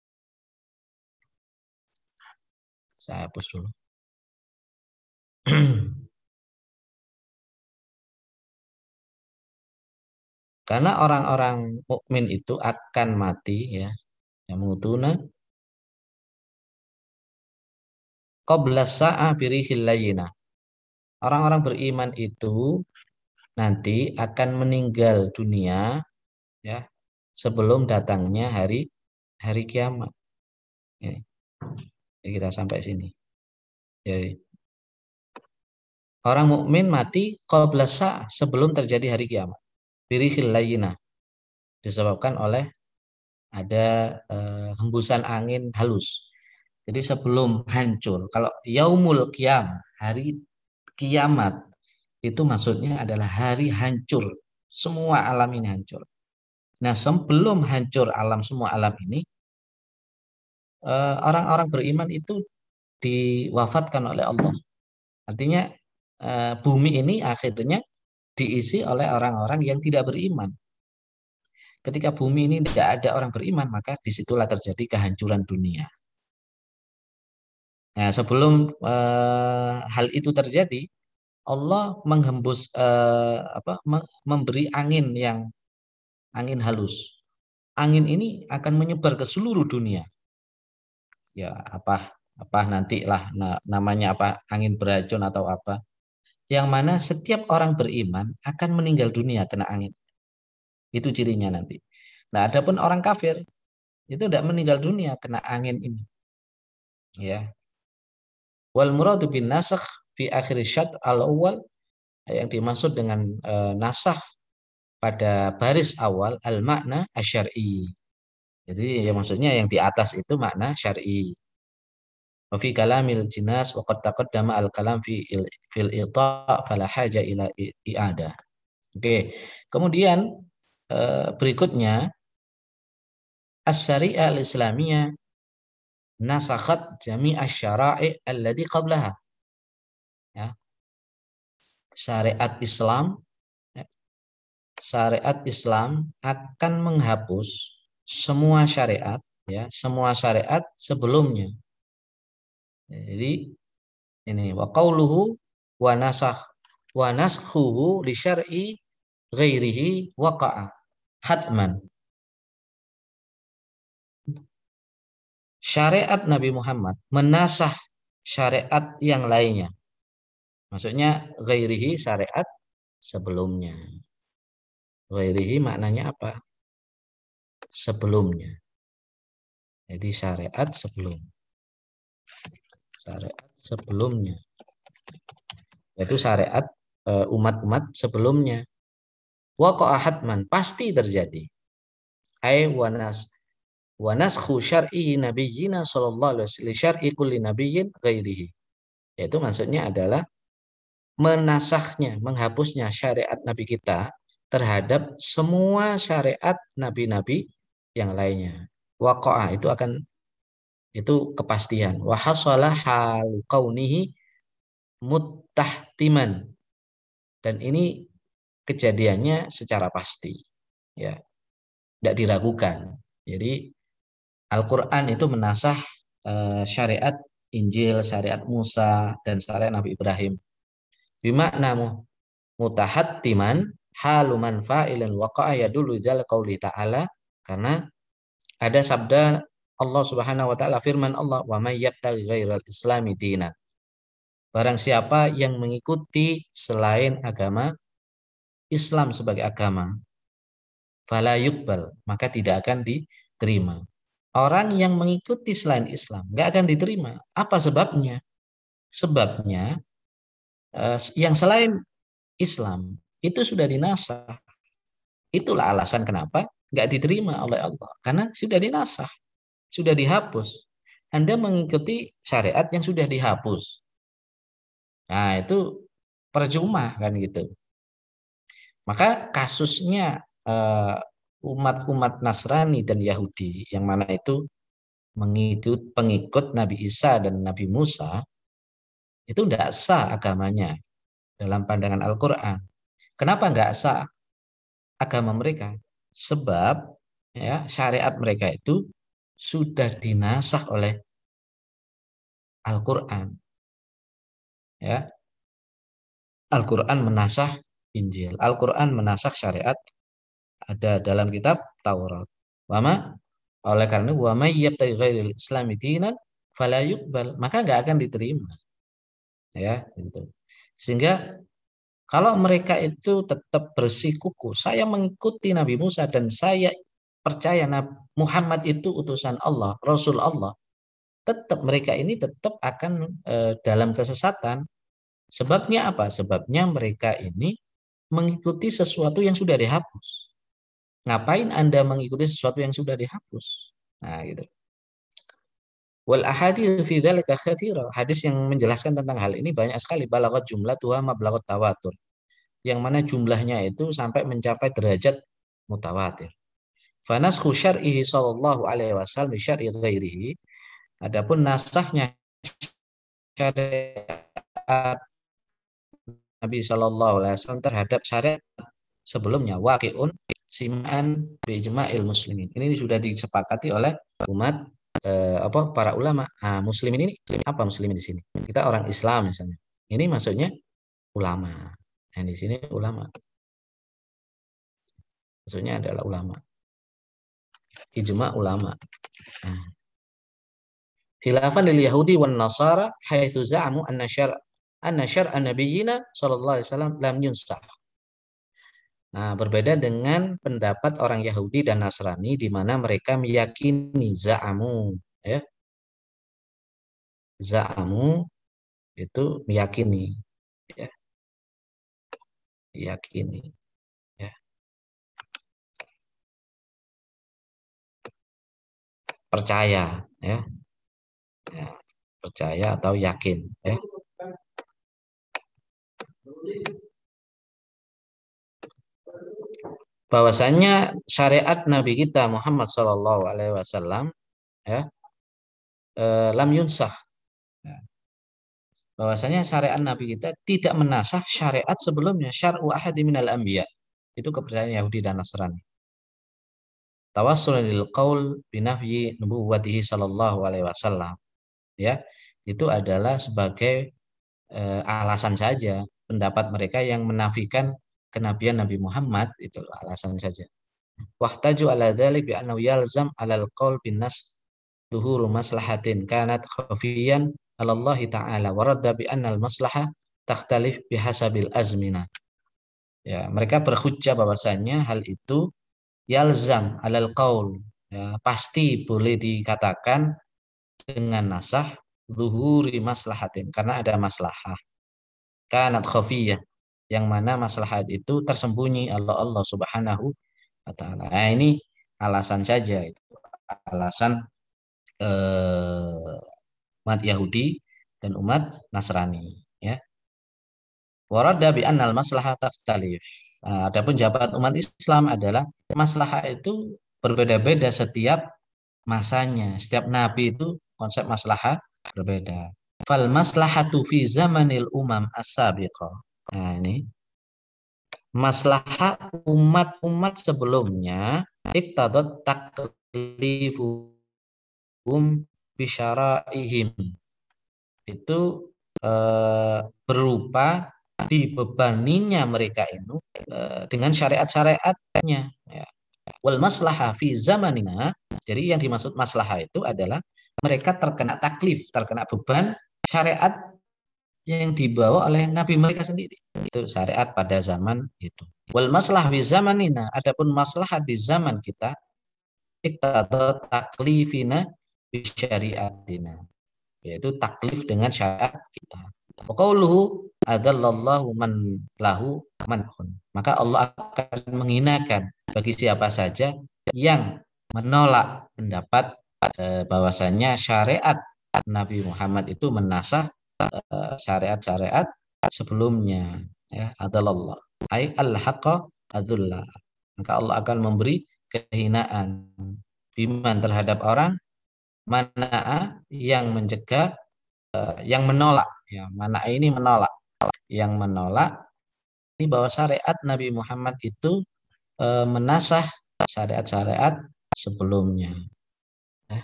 Saya hapus dulu. Karena orang-orang mukmin itu akan mati, ya. Yamutuna qabla sa'a birihil layyinah. Orang-orang beriman itu nanti akan meninggal dunia, ya, sebelum datangnya hari hari kiamat. Ya. Kita sampai sini. Jadi orang mukmin mati qabla sa', sebelum terjadi hari kiamat. Birihil layyinah, disebabkan oleh ada eh, hembusan angin halus. Jadi sebelum hancur, kalau yaumul qiyam, hari kiamat, itu maksudnya adalah hari hancur. Semua alam ini hancur. Nah, sebelum hancur alam, semua alam ini, eh, orang-orang beriman itu diwafatkan oleh Allah. Artinya eh, bumi ini akhirnya diisi oleh orang-orang yang tidak beriman. Ketika bumi ini tidak ada orang beriman, maka disitulah terjadi kehancuran dunia. Nah, sebelum eh, hal itu terjadi, Allah menghembus eh, apa, memberi angin yang angin halus. Angin ini akan menyebar ke seluruh dunia. Ya, apa apa nantilah namanya apa, angin beracun atau apa. Yang mana setiap orang beriman akan meninggal dunia kena angin. Itu cirinya nanti. Nah, adapun orang kafir itu tidak meninggal dunia kena angin ini. Ya. Wal muradu bin nasakh fi akhir syat al-awwal, yang dimaksud dengan e, nasakh pada baris awal al makna asyari. Jadi ya maksudnya yang di atas itu makna syar'i. Wa fi kalamil jinas wa qad taqaddama al kalam fi fil ita' fala haja ila i'adah. Oke. Kemudian e, berikutnya as-syari'ah al-islamiyah nasakhat jami' asy-syara'i' alladhi qablaha. Ya. Syariat Islam, ya, syariat Islam akan menghapus semua syariat, ya, semua syariat sebelumnya. Jadi ini wa qauluhu wa nasakh wa naskhuhu li syar'i ghairihi waqa'a hatman. Syariat Nabi Muhammad menasah syariat yang lainnya. Maksudnya ghairihi syariat sebelumnya. Ghairihi maknanya apa? Sebelumnya. Jadi syariat sebelum. Syariat sebelumnya. Yaitu syariat umat-umat sebelumnya. Waqa'a hatman, pasti terjadi. Ai wanas wanaskhu syar'i nabiyyina sallallahu alaihi wasallam li syar'i kulli nabiyyin ghairihi. Yaitu maksudnya adalah menasahnya, menghapusnya syariat nabi kita terhadap semua syariat nabi-nabi yang lainnya. Waqa'a itu akan itu kepastian. Wa hasala hal kaunihi muttahtiman. Dan ini kejadiannya secara pasti, ya, tidak diragukan. Jadi Al-Quran itu menasah uh, syariat Injil, syariat Musa, dan syariat Nabi Ibrahim. Bimakna mutahattiman haluman fa'ilan waqa'a yadullu dzal qauli ta'ala, karena ada sabda Allah Subhanahu wa taala, firman Allah, wa may yabtaghi ghairal islami dinan. Barang siapa yang mengikuti selain agama Islam sebagai agama, fala yuqbal, maka tidak akan diterima. Orang yang mengikuti selain Islam nggak akan diterima. Apa sebabnya? Sebabnya eh, yang selain Islam itu sudah dinasah. Itulah alasan kenapa nggak diterima oleh Allah. Karena sudah dinasah, sudah dihapus. Anda mengikuti syariat yang sudah dihapus. Nah, itu percuma kan gitu. Maka kasusnya eh, umat-umat Nasrani dan Yahudi yang mana itu mengikut pengikut Nabi Isa dan Nabi Musa, itu tidak sah agamanya dalam pandangan Al-Quran. Kenapa nggak sah agama mereka? Sebab ya, syariat mereka itu sudah dinasah oleh Al-Quran. Ya, Al-Quran menasah Injil, Al-Quran menasah syariat ada dalam kitab Taurat. Wama, oleh karena wa may yabtaghi ghairal islami dinan fala yuqbal, maka nggak akan diterima. Ya, gitu. Sehingga kalau mereka itu tetap bersikukuh, saya mengikuti Nabi Musa dan saya percaya Nabi Muhammad itu utusan Allah, Rasul Allah, tetap mereka ini tetap akan e, dalam kesesatan. Sebabnya apa? Sebabnya mereka ini mengikuti sesuatu yang sudah dihapus. Ngapain Anda mengikuti sesuatu yang sudah dihapus? Nah, gitu. Wal ahadits fi dzalika katsira. Hadis yang menjelaskan tentang hal ini banyak sekali. Balaghat jumlatuha ma balaghat tawatur. Yang mana jumlahnya itu sampai mencapai derajat mutawatir. Fanasxu syar'ihi sallallahu alaihi wasallam bi syar'i ghairihi. Adapun nasahnya syariat Nabi sallallahu alaihi wasallam terhadap syariat sebelumnya waqi'un sim'an bi ijma'il muslimin. Ini sudah disepakati oleh umat eh, apa para ulama. Nah, muslimin ini apa muslimin di sini? Kita orang Islam misalnya. Ini maksudnya ulama. Nah, di sini ulama. Maksudnya adalah ulama. Ijma ulama. Nah. Khilafan lil Yahudi wan Nasara haitsu za'amu anna syar' anna syar'a nabiyyina sallallahu alaihi wasallam lam yunsah. Nah, berbeda dengan pendapat orang Yahudi dan Nasrani di mana mereka meyakini za'amu, ya. Za'amu itu meyakini, ya. Meyakini, ya. Percaya, ya. Ya, percaya atau yakin, ya. Bahwasanya syariat Nabi kita Muhammad Shallallahu Alaihi Wasallam, ya, eh, lam yunsah, ya. Bahwasanya syariat Nabi kita tidak menasah syariat sebelumnya, syar'u ahadi minal anbiya. Itu kepercayaan Yahudi dan Nasrani. Tawassul lil qaul binafyi nubuwwatihi sallallahu alaihi wasallam. Ya, itu adalah sebagai eh, alasan saja pendapat mereka yang menafikan kenabian Nabi Muhammad, itu alasan saja. Wahtaju ala dzalik bi annahu yalzam alal qaul bin nas duhuru maslahatin kanat khafiyan ala Allah taala wa radda bi annal maslahah takhtalif bihasabil azmina. Ya, mereka berhujjah bahwasanya hal itu yalzam alal qaul, ya, pasti boleh dikatakan dengan nasah zuhuri maslahatin karena ada maslahah kanat khafiyah yang mana maslahat itu tersembunyi Allah Allah Subhanahu wa taala. Nah, ini alasan saja itu. Alasan eh, umat Yahudi dan umat Nasrani, ya. Warada bi annal maslahah takhtalif. Nah, adapun jawaban umat Islam adalah maslahah itu berbeda-beda setiap masanya. Setiap nabi itu konsep maslahah berbeda. Fal maslahatu fi zamanil umam as-sabiqah. Nah, ini maslahah umat-umat sebelumnya iktadot taklifuhum bisyaraihim. Itu eh, berupa dibebaninya mereka itu eh, dengan syariat-syariatnya, ya. Wal maslahah fi zamanina. Jadi yang dimaksud maslahah itu adalah mereka terkena taklif, terkena beban syariat yang dibawa oleh nabi mereka sendiri. Itu syariat pada zaman itu. Wal maslah fi zamanina, adapun maslahah di zaman kita iktadha taklifina bi syariatina, yaitu taklif dengan syariat kita. Wa qauluhu adallallahu man lahu manhun. Maka Allah akan menghinakan bagi siapa saja yang menolak pendapat eh, bahwasanya syariat Nabi Muhammad itu menasah eh, syariat-syariat sebelumnya, ya. Adallallah ai al-haqqa adullah. Maka Allah akan memberi kehinaan biman terhadap orang mana yang mencegah, yang menolak, ya. Mana ini menolak, yang menolak ini bahwa syariat Nabi Muhammad itu e, menasah syariat-syariat sebelumnya. Ya.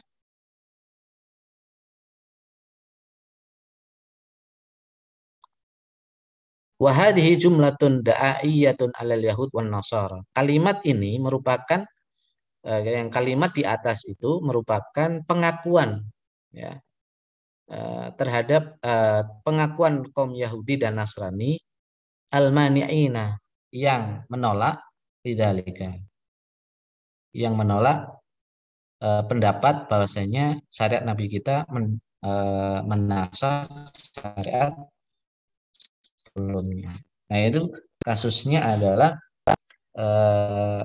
Wahadihi jumlatun da'aiyatun alal yahud wan nasara. Kalimat ini merupakan eh, yang kalimat di atas itu merupakan pengakuan, ya, eh, terhadap eh, pengakuan kaum Yahudi dan Nasrani al-mani'ina yang menolak lidzalika, yang menolak eh, pendapat bahwasanya syariat Nabi kita men, eh, menasah syariat sebelumnya. Nah, itu kasusnya adalah eh,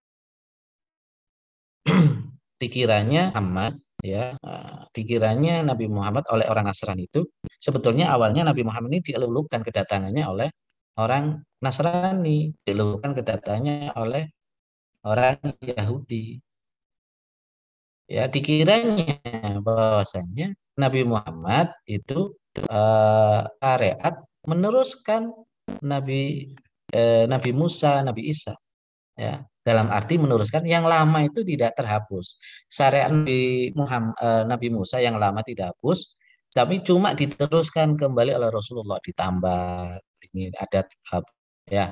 pikirannya Muhammad, ya, eh, pikirannya Nabi Muhammad oleh orang Nasrani itu sebetulnya awalnya Nabi Muhammad ini dielulukan kedatangannya oleh orang Nasrani, dielulukan kedatangannya oleh orang Yahudi. Ya, dikiranya bahwasanya Nabi Muhammad itu eh, syariat meneruskan Nabi eh, Nabi Musa, Nabi Isa, ya. Dalam arti meneruskan yang lama itu tidak terhapus. Syariat Nabi Muhammad, eh, Nabi Musa yang lama tidak hapus, tapi cuma diteruskan kembali oleh Rasulullah, ditambah ini adat, eh, ya.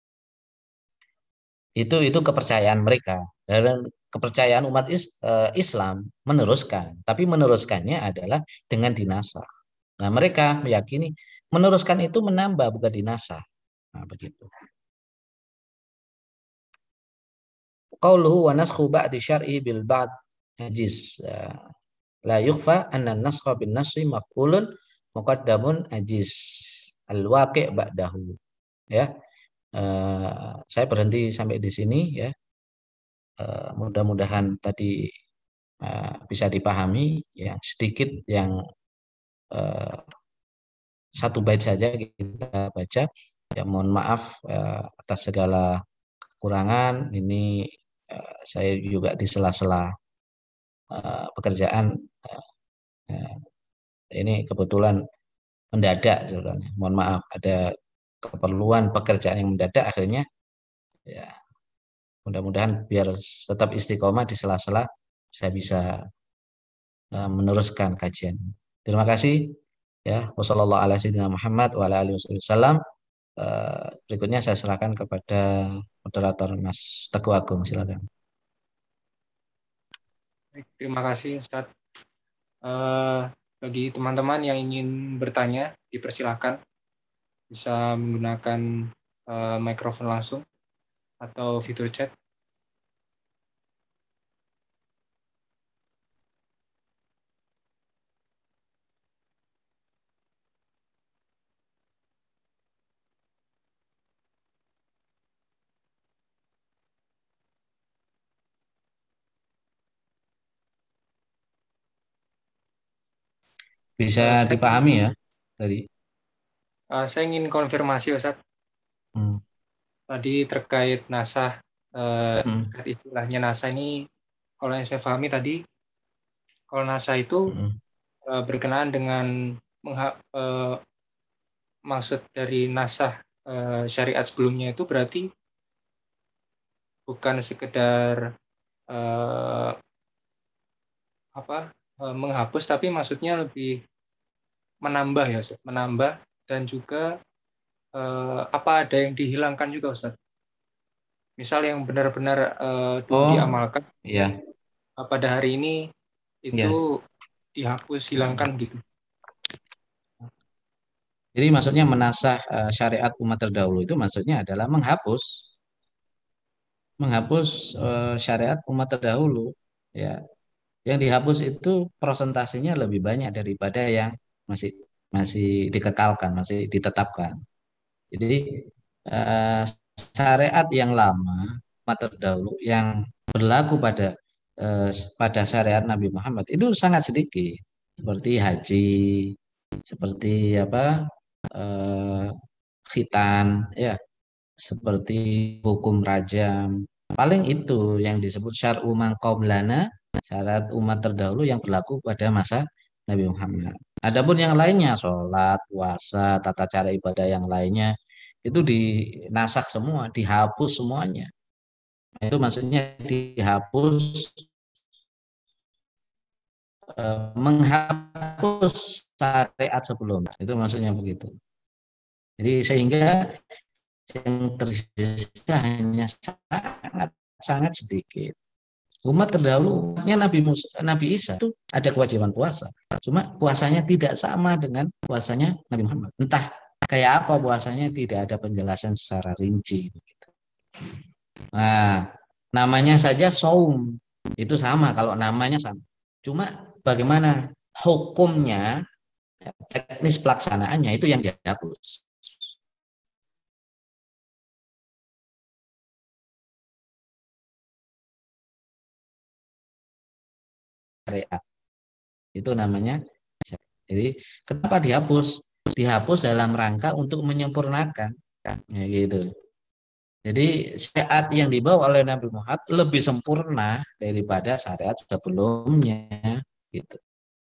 Itu itu kepercayaan mereka. Dan kepercayaan umat is, eh, Islam meneruskan, tapi meneruskannya adalah dengan dinasah. Nah, mereka meyakini meneruskan itu menambah bukan dinasah. Nah, begitu. Qauluhu wa naskhu ba'di syar'i bil ba'd ajiz. La yukhfa anna naskha bin nasri maf'ulun muqaddamun ajiz. Al-waqi' ba'dahu. Ya. Eh, saya berhenti sampai di sini, ya. Eh, mudah-mudahan tadi uh, bisa dipahami, ya, sedikit yang uh, satu bait saja kita baca, ya. Mohon maaf uh, atas segala kekurangan ini, uh, saya juga di sela-sela uh, pekerjaan, uh, uh, ini kebetulan mendadak sebenarnya, mohon maaf ada keperluan pekerjaan yang mendadak, akhirnya Ya, mudah-mudahan biar tetap istiqomah di sela-sela saya bisa uh, meneruskan kajian. Terima kasih ya. Wassalamualaikum ala sayyidina Muhammad wa ala alihi wasallam. Uh, berikutnya saya serahkan kepada moderator Mas Teguh Agung, silakan. Baik, terima kasih Ustadz. Uh, bagi teman-teman yang ingin bertanya, dipersilakan bisa menggunakan uh, mikrofon langsung atau fitur chat. Bisa Uh, saya, dipahami ya tadi. uh, saya ingin konfirmasi Ustadz, Hmm. tadi terkait nasah, uh, Hmm. terkait istilahnya nasah ini, kalau yang saya pahami tadi, kalau nasah itu Hmm. uh, berkenaan dengan mengha- uh, maksud dari nasah uh, syariat sebelumnya itu berarti bukan sekedar uh, apa uh, menghapus, tapi maksudnya lebih menambah ya Ustaz, menambah dan juga uh, apa ada yang dihilangkan juga Ustaz. Misal yang benar-benar uh, dulu Oh, diamalkan iya, uh, pada hari ini iya. itu dihapus, hilangkan Hmm. gitu. Jadi maksudnya menasah eh, syariat umat terdahulu itu maksudnya adalah menghapus, menghapus eh, syariat umat terdahulu. Ya, yang dihapus itu prosentasenya lebih banyak daripada yang masih masih dikekalkan, masih ditetapkan. Jadi eh, syariat yang lama umat terdahulu yang berlaku pada eh, pada syariat Nabi Muhammad itu sangat sedikit, seperti haji, seperti apa eh, khitan, ya, seperti hukum rajam. Paling itu yang disebut syar'u man qablana, syarat umat terdahulu yang berlaku pada masa Nabi Muhammad. Adapun yang lainnya, sholat, puasa, tata cara ibadah yang lainnya, itu dinasak semua, dihapus semuanya. Itu maksudnya dihapus, eh, menghapus syariat sebelumnya. Itu maksudnya begitu. Jadi sehingga yang tersisa hanya sangat sangat sedikit. Umat terdahulu, umatnya Nabi Musa, Nabi Isa itu ada kewajiban puasa. Cuma puasanya tidak sama dengan puasanya Nabi Muhammad. Entah kayak apa puasanya tidak ada penjelasan secara rinci. Nah, namanya saja saum itu sama kalau namanya sama. Cuma bagaimana hukumnya, teknis pelaksanaannya itu yang dihapus. Syariat. Itu namanya. Jadi kenapa dihapus? Dihapus dalam rangka untuk menyempurnakan, ya gitu. Jadi syariat yang dibawa oleh Nabi Muhammad lebih sempurna daripada syariat sebelumnya, gitu.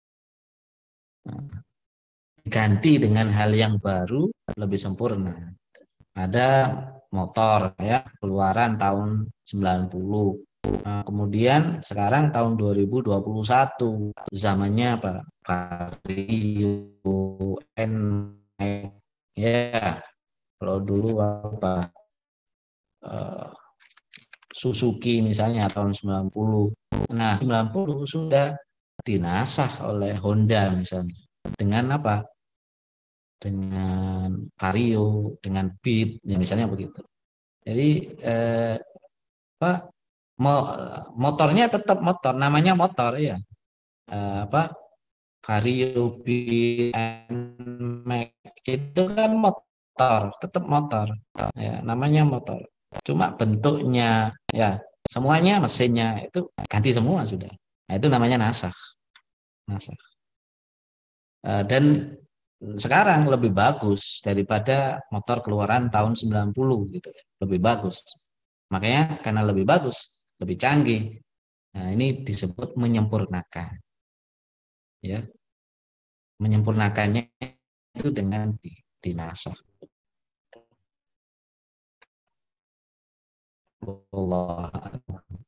Nah, diganti dengan hal yang baru lebih sempurna. Ada motor ya keluaran tahun sembilan puluh. Nah, kemudian sekarang tahun dua ribu dua puluh satu zamannya apa? Vario, N-Max, ya. Kalau dulu apa? eh, Suzuki misalnya tahun sembilan puluh. Nah, sembilan puluh sudah dinasah oleh Honda misalnya. Dengan apa? Dengan Vario, dengan Beat, ya misalnya begitu. Jadi eh, apa? Motornya tetap motor, namanya motor ya. Eh, apa? Vario, Beat, N-Max itu kan motor, tetap motor. Ya, namanya motor. Cuma bentuknya ya semuanya mesinnya itu ganti semua sudah. Nah, itu namanya nasah. Nasah. Eh, dan sekarang lebih bagus daripada motor keluaran tahun sembilan puluh gitu ya. Lebih bagus. Makanya karena lebih bagus, lebih canggih. Nah, ini disebut menyempurnakan ya. Menyempurnakannya itu dengan di, dinasah. Allah.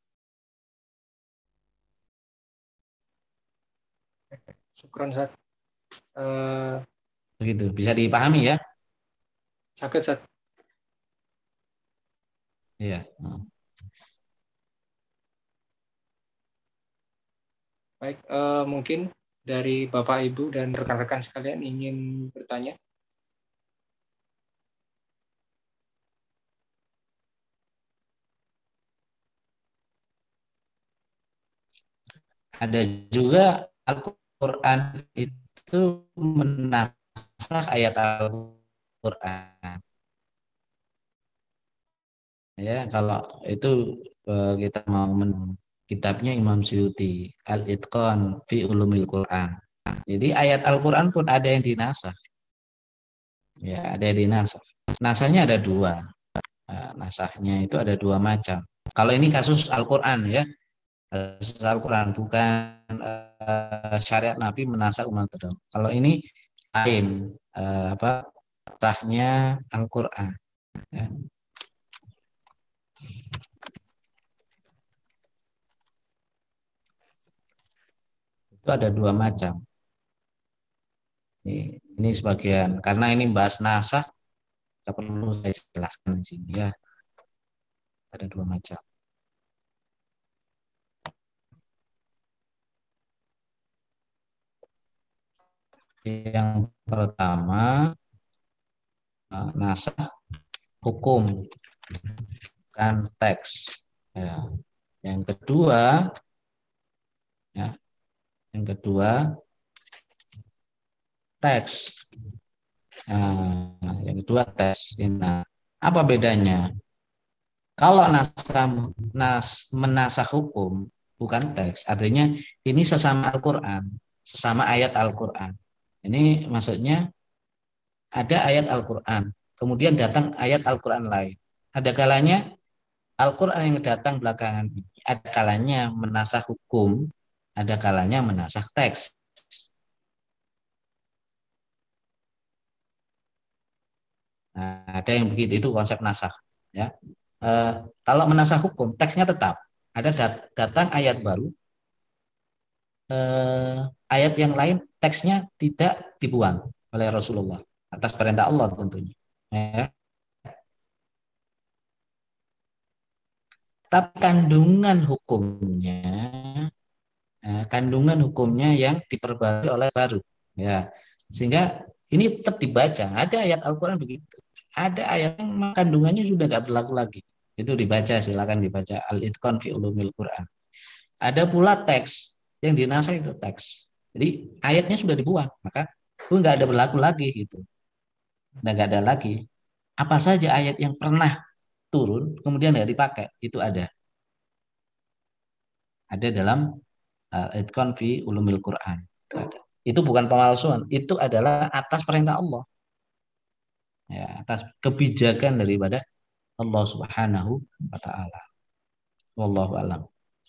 Syukron Ustaz. Eh, Begitu, bisa dipahami ya? sakit Ustaz. Iya. Baik, eh, mungkin dari Bapak Ibu dan rekan-rekan sekalian ingin bertanya. Ada juga Al-Quran itu menasakh ayat Al-Quran. Ya, kalau itu eh, kita mau men kitabnya Imam Suyuti, Al-Itqan fi Ulumil Quran. Jadi ayat Al-Quran pun ada yang dinasakh. Ya, ada yang dinasakh. Nasahnya ada dua. Nah, nasahnya itu ada dua macam. Kalau ini kasus Al-Quran ya, kasus Al-Quran bukan uh, syariat Nabi menasakh umat terdahulu. Kalau ini lain uh, apa sahnya Al-Quran. Ya. Itu ada dua macam. Ini, ini sebagian karena ini bahas nasah, tidak perlu saya jelaskan di sini ya. Ada dua macam. Yang pertama nasah hukum kan teks. Ya. Yang kedua, ya, yang kedua teks. Nah, yang kedua teks. Nah, apa bedanya? Kalau nasah nas menasah hukum bukan teks, artinya ini sesama Al-Quran, sesama ayat Al-Quran. Ini maksudnya ada ayat Al-Quran, kemudian datang ayat Al-Quran lain. Ada kalanya Al-Quran yang datang belakangan ini, ada kalanya menasah hukum, ada kalanya menasah teks. Nah, ada yang begitu, itu konsep nasah. Ya. E, kalau menasah hukum, teksnya tetap. Ada dat datang ayat baru, e, ayat yang lain teksnya tidak dibuang oleh Rasulullah atas perintah Allah tentunya. Ya. Tapi kandungan hukumnya, eh, kandungan hukumnya yang diperbarui oleh baru, ya, sehingga ini tetap dibaca. Ada ayat Al-Quran begitu, ada ayat yang kandungannya sudah nggak berlaku lagi, itu dibaca, silakan dibaca Al-Itqan fi Ulumil Quran. Ada pula teks yang dinasah itu teks, jadi ayatnya sudah dibuang, maka itu nggak ada berlaku lagi, gitu, nggak ada lagi. Apa saja ayat yang pernah turun kemudian nggak dipakai, itu ada ada dalam Al-Itqan fi Ulumil Quran. Itu bukan pemalsuan, itu adalah atas perintah Allah. Ya, atas kebijakan daripada Allah Subhanahu wa taala. Wallahu alam.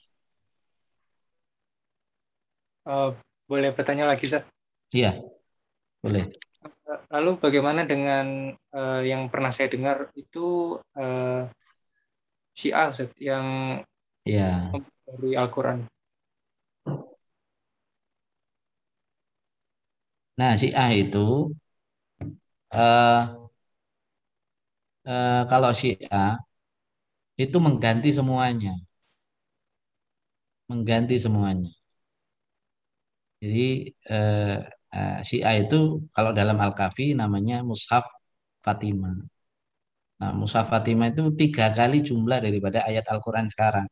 Eh, boleh bertanya lagi Ustaz? Iya, boleh. Lalu bagaimana dengan uh, yang pernah saya dengar itu uh, Syiah Ustaz, yang Iya. memperbarui Al-Quran? Nah, si A itu eh, eh, kalau si A itu mengganti semuanya, mengganti semuanya. Jadi eh, eh, si A itu kalau dalam Al-Kafi namanya Mushaf Fatimah. Nah, Mushaf Fatimah itu tiga kali jumlah daripada ayat Al-Quran sekarang.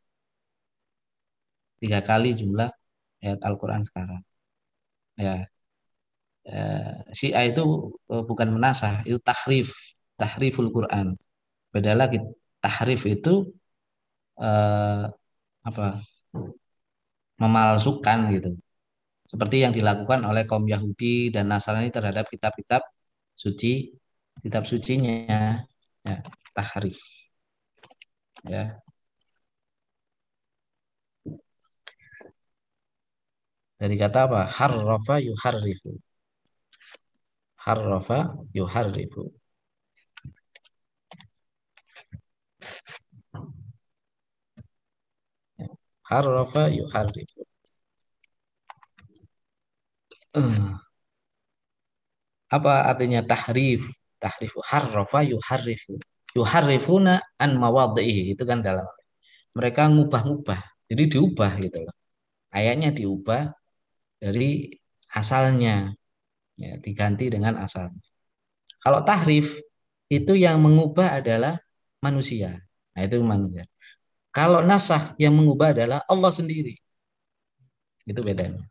Tiga kali jumlah ayat Al-Quran sekarang. Ya, eh, Syiah itu eh, bukan menasah, itu tahrif, tahriful Quran. Beda lagi, tahrif itu eh, apa? Memalsukan gitu. Seperti yang dilakukan oleh kaum Yahudi dan Nasrani terhadap kitab-kitab suci, kitab sucinya. Ya, tahrif. Ya, dari kata apa? Harrafa yuharrifu. Harrafa yuharrifu. Harrafa yuharrifu. Uh, apa artinya tahrif? Tahrifu harrafa yuharrifu. Yuharrifuna an mawadhihi. Itu kan dalam mereka ngubah-ngubah. Jadi diubah gitu loh. Ayatnya diubah dari asalnya, ya, diganti dengan asal. Kalau tahrif itu yang mengubah adalah manusia. Nah, itu manusia. Kalau nasakh yang mengubah adalah Allah sendiri. Itu bedanya.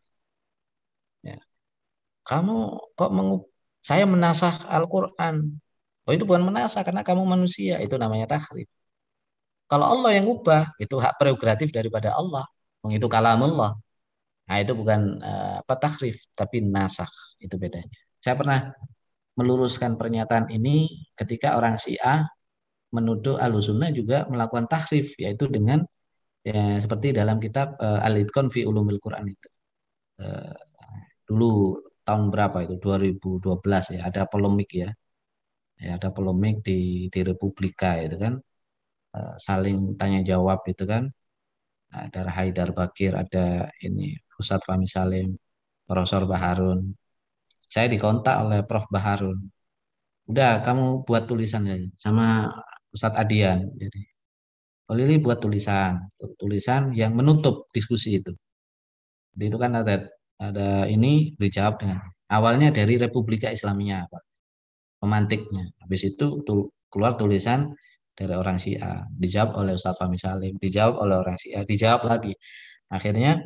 Ya. Kamu kok mengub saya menasakh Al-Qur'an. Oh, itu bukan menasakh karena kamu manusia, itu namanya tahrif. Kalau Allah yang ubah, itu hak prerogatif daripada Allah. Itu kalamullah. Nah, itu bukan uh, apa tahrif, tapi nasakh. Itu bedanya. Saya pernah meluruskan pernyataan ini ketika orang Syiah menuduh Ahlussunnah juga melakukan tahrif, yaitu dengan ya, seperti dalam kitab uh, Al-Itqan fi Ulumil Quran itu. Uh, dulu tahun berapa itu? dua ribu dua belas ya, ada polemik ya. Ya, ada polemik di di Republika itu kan, uh, saling tanya jawab itu kan. Ada Haidar Bakir, ada ini Ustadz Fahmi Salim, Profesor Baharun. Saya dikontak oleh Prof Baharun. Udah, kamu buat tulisan aja sama Ustadz Adian. Jadi, oh Lili buat tulisan, tulisan yang menutup diskusi itu. Jadi itu kan ada ada ini dijawab dengan awalnya dari Republika Islamia, Pak, pemantiknya. Habis itu tu- keluar tulisan dari orang Syiah, dijawab oleh Ustadz Fahmi Salim, dijawab oleh orang Syiah, dijawab lagi. Akhirnya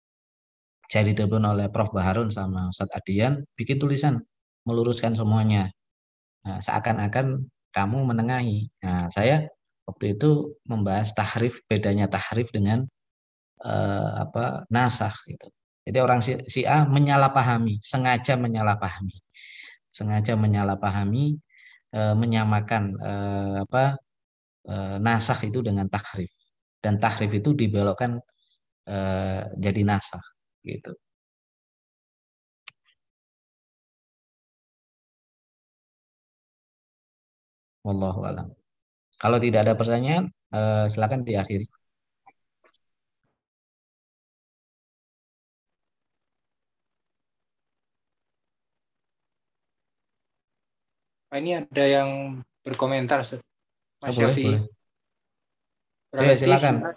saya ditelepon oleh Prof Baharun sama Ustadz Adian, bikin tulisan meluruskan semuanya. Nah, seakan-akan kamu menengahi. Nah, saya waktu itu membahas tahrif, bedanya tahrif dengan eh, apa nasakh gitu. Jadi orang Si- Syiah menyalahpahami, sengaja menyalahpahami, sengaja menyalahpahami, eh, menyamakan eh, apa eh, nasakh itu dengan tahrif, dan tahrif itu dibelokkan eh, jadi nasakh gitu. Wallahu alam. Kalau tidak ada pertanyaan, eh, silakan diakhiri. Nah, ini ada yang berkomentar, Ustaz. Oh, Mas boleh, Syafi'i. boleh. Ya, Berarti silakan. Syiah,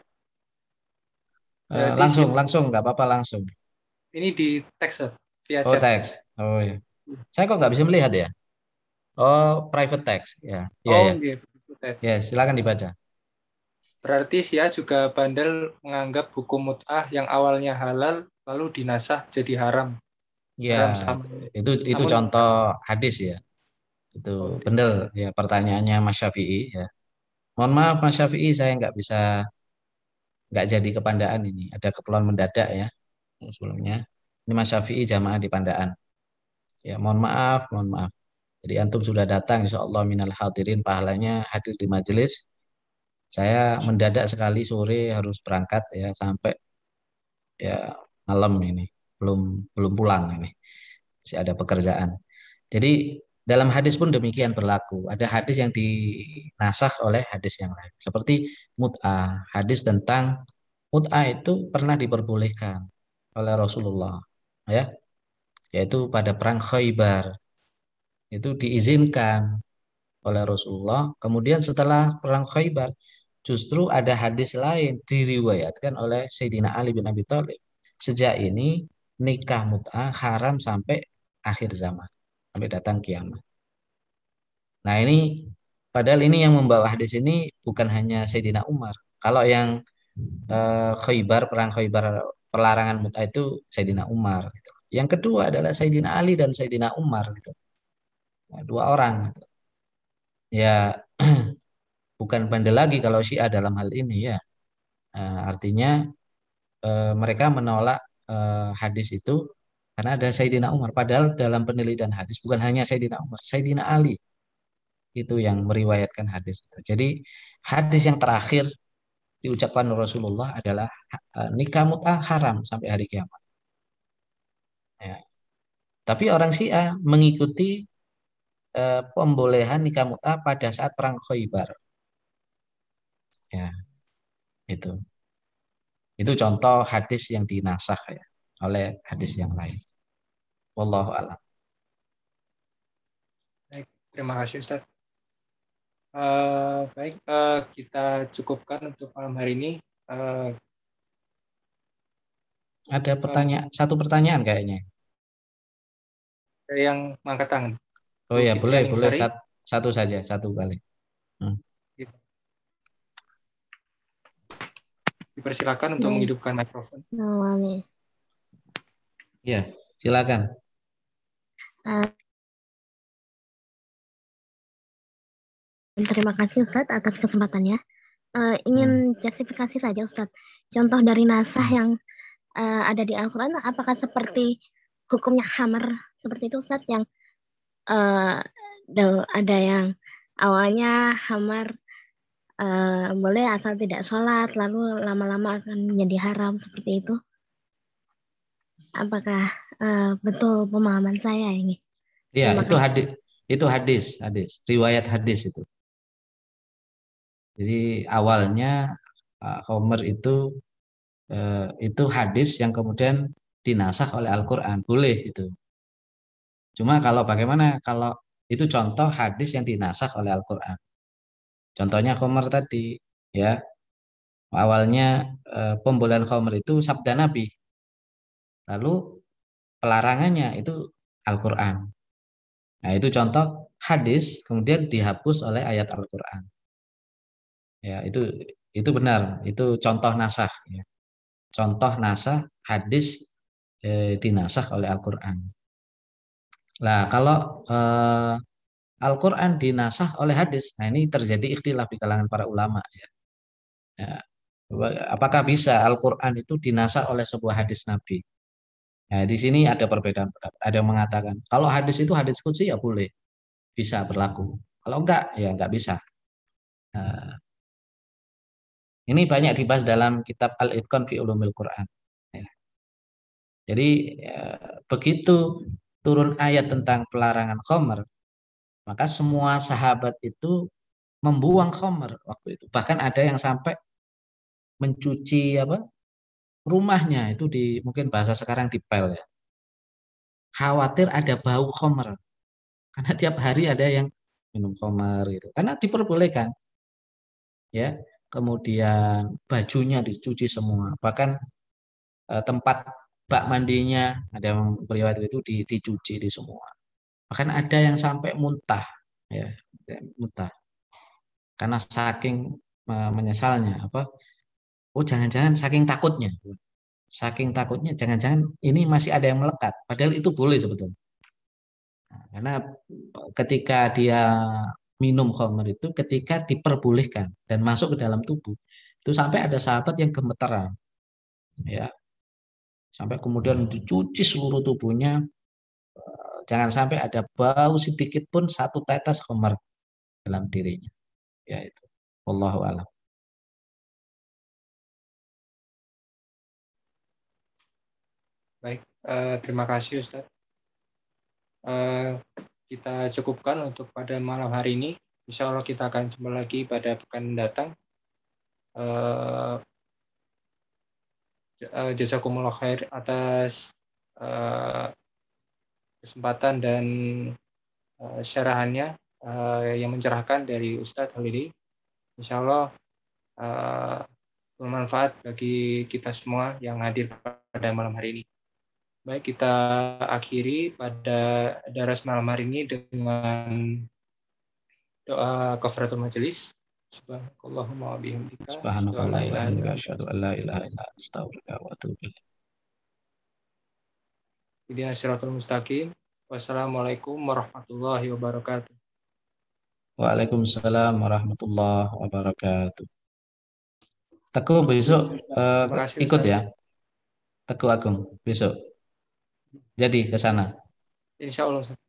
Eh, berarti langsung, Syiah, langsung, nggak apa-apa langsung. ini di teks, Ustaz, via Oh, chat. teks. Oh, ya. Saya kok nggak bisa melihat ya? Oh, private text. Ya, ya, Oh, ya. gitu, teks. Ya, silakan dibaca. Berarti Syiah juga bandel menganggap hukum mut'ah yang awalnya halal lalu dinasah jadi haram. Ya, Haram sama. itu itu Namun contoh hadis ya. Itu oh, benar ya pertanyaannya Mas Syafi'i ya. Mohon maaf Mas Syafi'i, saya nggak bisa nggak jadi ke Pandaan ini. Ada keperluan mendadak ya sebelumnya. Ini Mas Syafi'i jamaah di Pandaan. Ya, mohon maaf, mohon maaf. Jadi antum sudah datang, insya Allah minal hadirin, pahalanya hadir di majelis. Saya mendadak sekali sore harus berangkat ya sampai ya malam ini, belum belum pulang ini, masih ada pekerjaan. Jadi dalam hadis pun demikian berlaku. Ada hadis yang dinasakh oleh hadis yang lain. Seperti mut'ah, hadis tentang mut'ah itu pernah diperbolehkan oleh Rasulullah, ya, yaitu pada perang Khaybar itu diizinkan oleh Rasulullah. Kemudian setelah perang Khaybar, justru ada hadis lain diriwayatkan oleh Sayyidina Ali bin Abi Thalib. Sejak ini nikah mut'ah haram sampai akhir zaman, sampai datang kiamat. Nah ini padahal ini yang membawa hadis ini bukan hanya Sayyidina Umar. Kalau yang eh, Khaybar, perang Khaybar, pelarangan mut'ah itu Sayyidina Umar. Gitu. Yang kedua adalah Sayyidina Ali dan Sayyidina Umar. Gitu. Nah, dua orang. Gitu. Ya bukan bandel lagi kalau Syiah dalam hal ini ya. Eh, artinya eh, mereka menolak eh, hadis itu karena ada Sayyidina Umar. Padahal dalam penelitian hadis bukan hanya Sayyidina Umar, Sayyidina Ali itu yang meriwayatkan hadis itu. Jadi hadis yang terakhir diucapkan Rasulullah adalah eh, nikah mut'ah haram sampai hari kiamat. Ya. Tapi orang Syiah mengikuti eh, pembolehan nikah mut'ah pada saat perang Khaybar. Ya, itu. Itu contoh hadis yang dinasakh ya oleh hadis yang lain. Wallahu a'lam. Baik, terima kasih Ustadz. Uh, baik, uh, kita cukupkan untuk malam hari ini. Uh, Ada uh, pertanyaan, satu pertanyaan kayaknya. yang mengangkat tangan, Oh Bu ya, boleh, Fitriani boleh Sari, satu, satu saja, satu kali. Hmm. Dipersilakan untuk Baik, menghidupkan mikrofon. awalnya. Ya, silakan. Uh, terima kasih Ustadz atas kesempatannya. Uh, ingin Hmm. justifikasi saja Ustadz. Contoh dari nasah Hmm. yang uh, ada di Al-Quran, apakah seperti hukumnya hamar seperti itu Ustadz, yang uh, ada yang awalnya hamar uh, boleh asal tidak sholat, lalu lama-lama akan menjadi haram seperti itu? Apakah uh, betul pemahaman saya ini? Ya, Terima itu kasih. hadis, itu hadis, hadis, riwayat hadis itu. Jadi awalnya uh, Homer itu uh, itu hadis yang kemudian dinasakh oleh Al-Quran, boleh itu. Cuma kalau bagaimana kalau itu contoh hadis yang dinasakh oleh Al-Quran. Contohnya Homer tadi, ya awalnya uh, pembolehan Homer itu sabda Nabi, lalu pelarangannya itu Al-Quran. Nah itu contoh hadis kemudian dihapus oleh ayat Al-Quran. Ya itu itu benar, itu contoh nasakh. Ya. Contoh nasakh hadis eh, dinasakh oleh Al-Quran. Nah kalau eh, Al-Quran dinasakh oleh hadis, nah ini terjadi ikhtilaf di kalangan para ulama. Ya. Ya. Apakah bisa Al-Quran itu dinasakh oleh sebuah hadis Nabi? Nah di sini ada perbedaan pendapat. Ada yang mengatakan kalau hadis itu hadis qudsi ya boleh, bisa berlaku. Kalau enggak ya enggak bisa. Nah, ini banyak dibahas dalam kitab Al-Itqan fi Ulumil Quran. Ya. Jadi ya, begitu turun ayat tentang pelarangan khamr, maka semua sahabat itu membuang khamr waktu itu. Bahkan ada yang sampai mencuci apa rumahnya itu di mungkin bahasa sekarang dipel ya. Khawatir ada bau khamr karena tiap hari ada yang minum khamr gitu. Karena diperbolehkan ya. Kemudian bajunya dicuci semua. Bahkan eh, tempat bak mandinya ada yang beriwayat itu di, dicuci di semua. Bahkan ada yang sampai muntah, ya, muntah karena saking eh, menyesalnya apa? Oh jangan-jangan saking takutnya, saking takutnya jangan-jangan ini masih ada yang melekat. Padahal itu boleh sebetulnya. Nah, karena ketika dia minum khamr itu ketika diperbolehkan dan masuk ke dalam tubuh itu sampai ada sahabat yang gemeteran, ya sampai kemudian dicuci seluruh tubuhnya. Jangan sampai ada bau sedikit pun satu tetes khamar dalam dirinya. Ya itu. Wallahu a'lam. Baik, uh, terima kasih Ustadz. Uh, kita cukupkan untuk pada malam hari ini. Insya Allah kita akan jumpa lagi pada pekan mendatang. Uh, Jazakumullah khair atas uh, kesempatan dan uh, syarahannya uh, yang mencerahkan dari Ustadz Halidi. Insya Allah uh, bermanfaat bagi kita semua yang hadir pada malam hari ini. Baik, kita akhiri pada daras malam hari ini dengan doa kafaratul majelis. Subhanakallahumma wa bihamdika asyhadu an la Subhanakallahumma wa ilaha illa bihamdika anta asyhadu an la ilaha illa anta astaghfiruka wa atubu ilaik. ihdinas siratal mustaqim. Wassalamualaikum warahmatullahi wabarakatuh. Waalaikumsalam warahmatullahi wabarakatuh. Teguh besok eh, Terima kasih ikut Ustaz. ya. Teguh Agung besok. Jadi ke sana. Insya Allah Ustaz.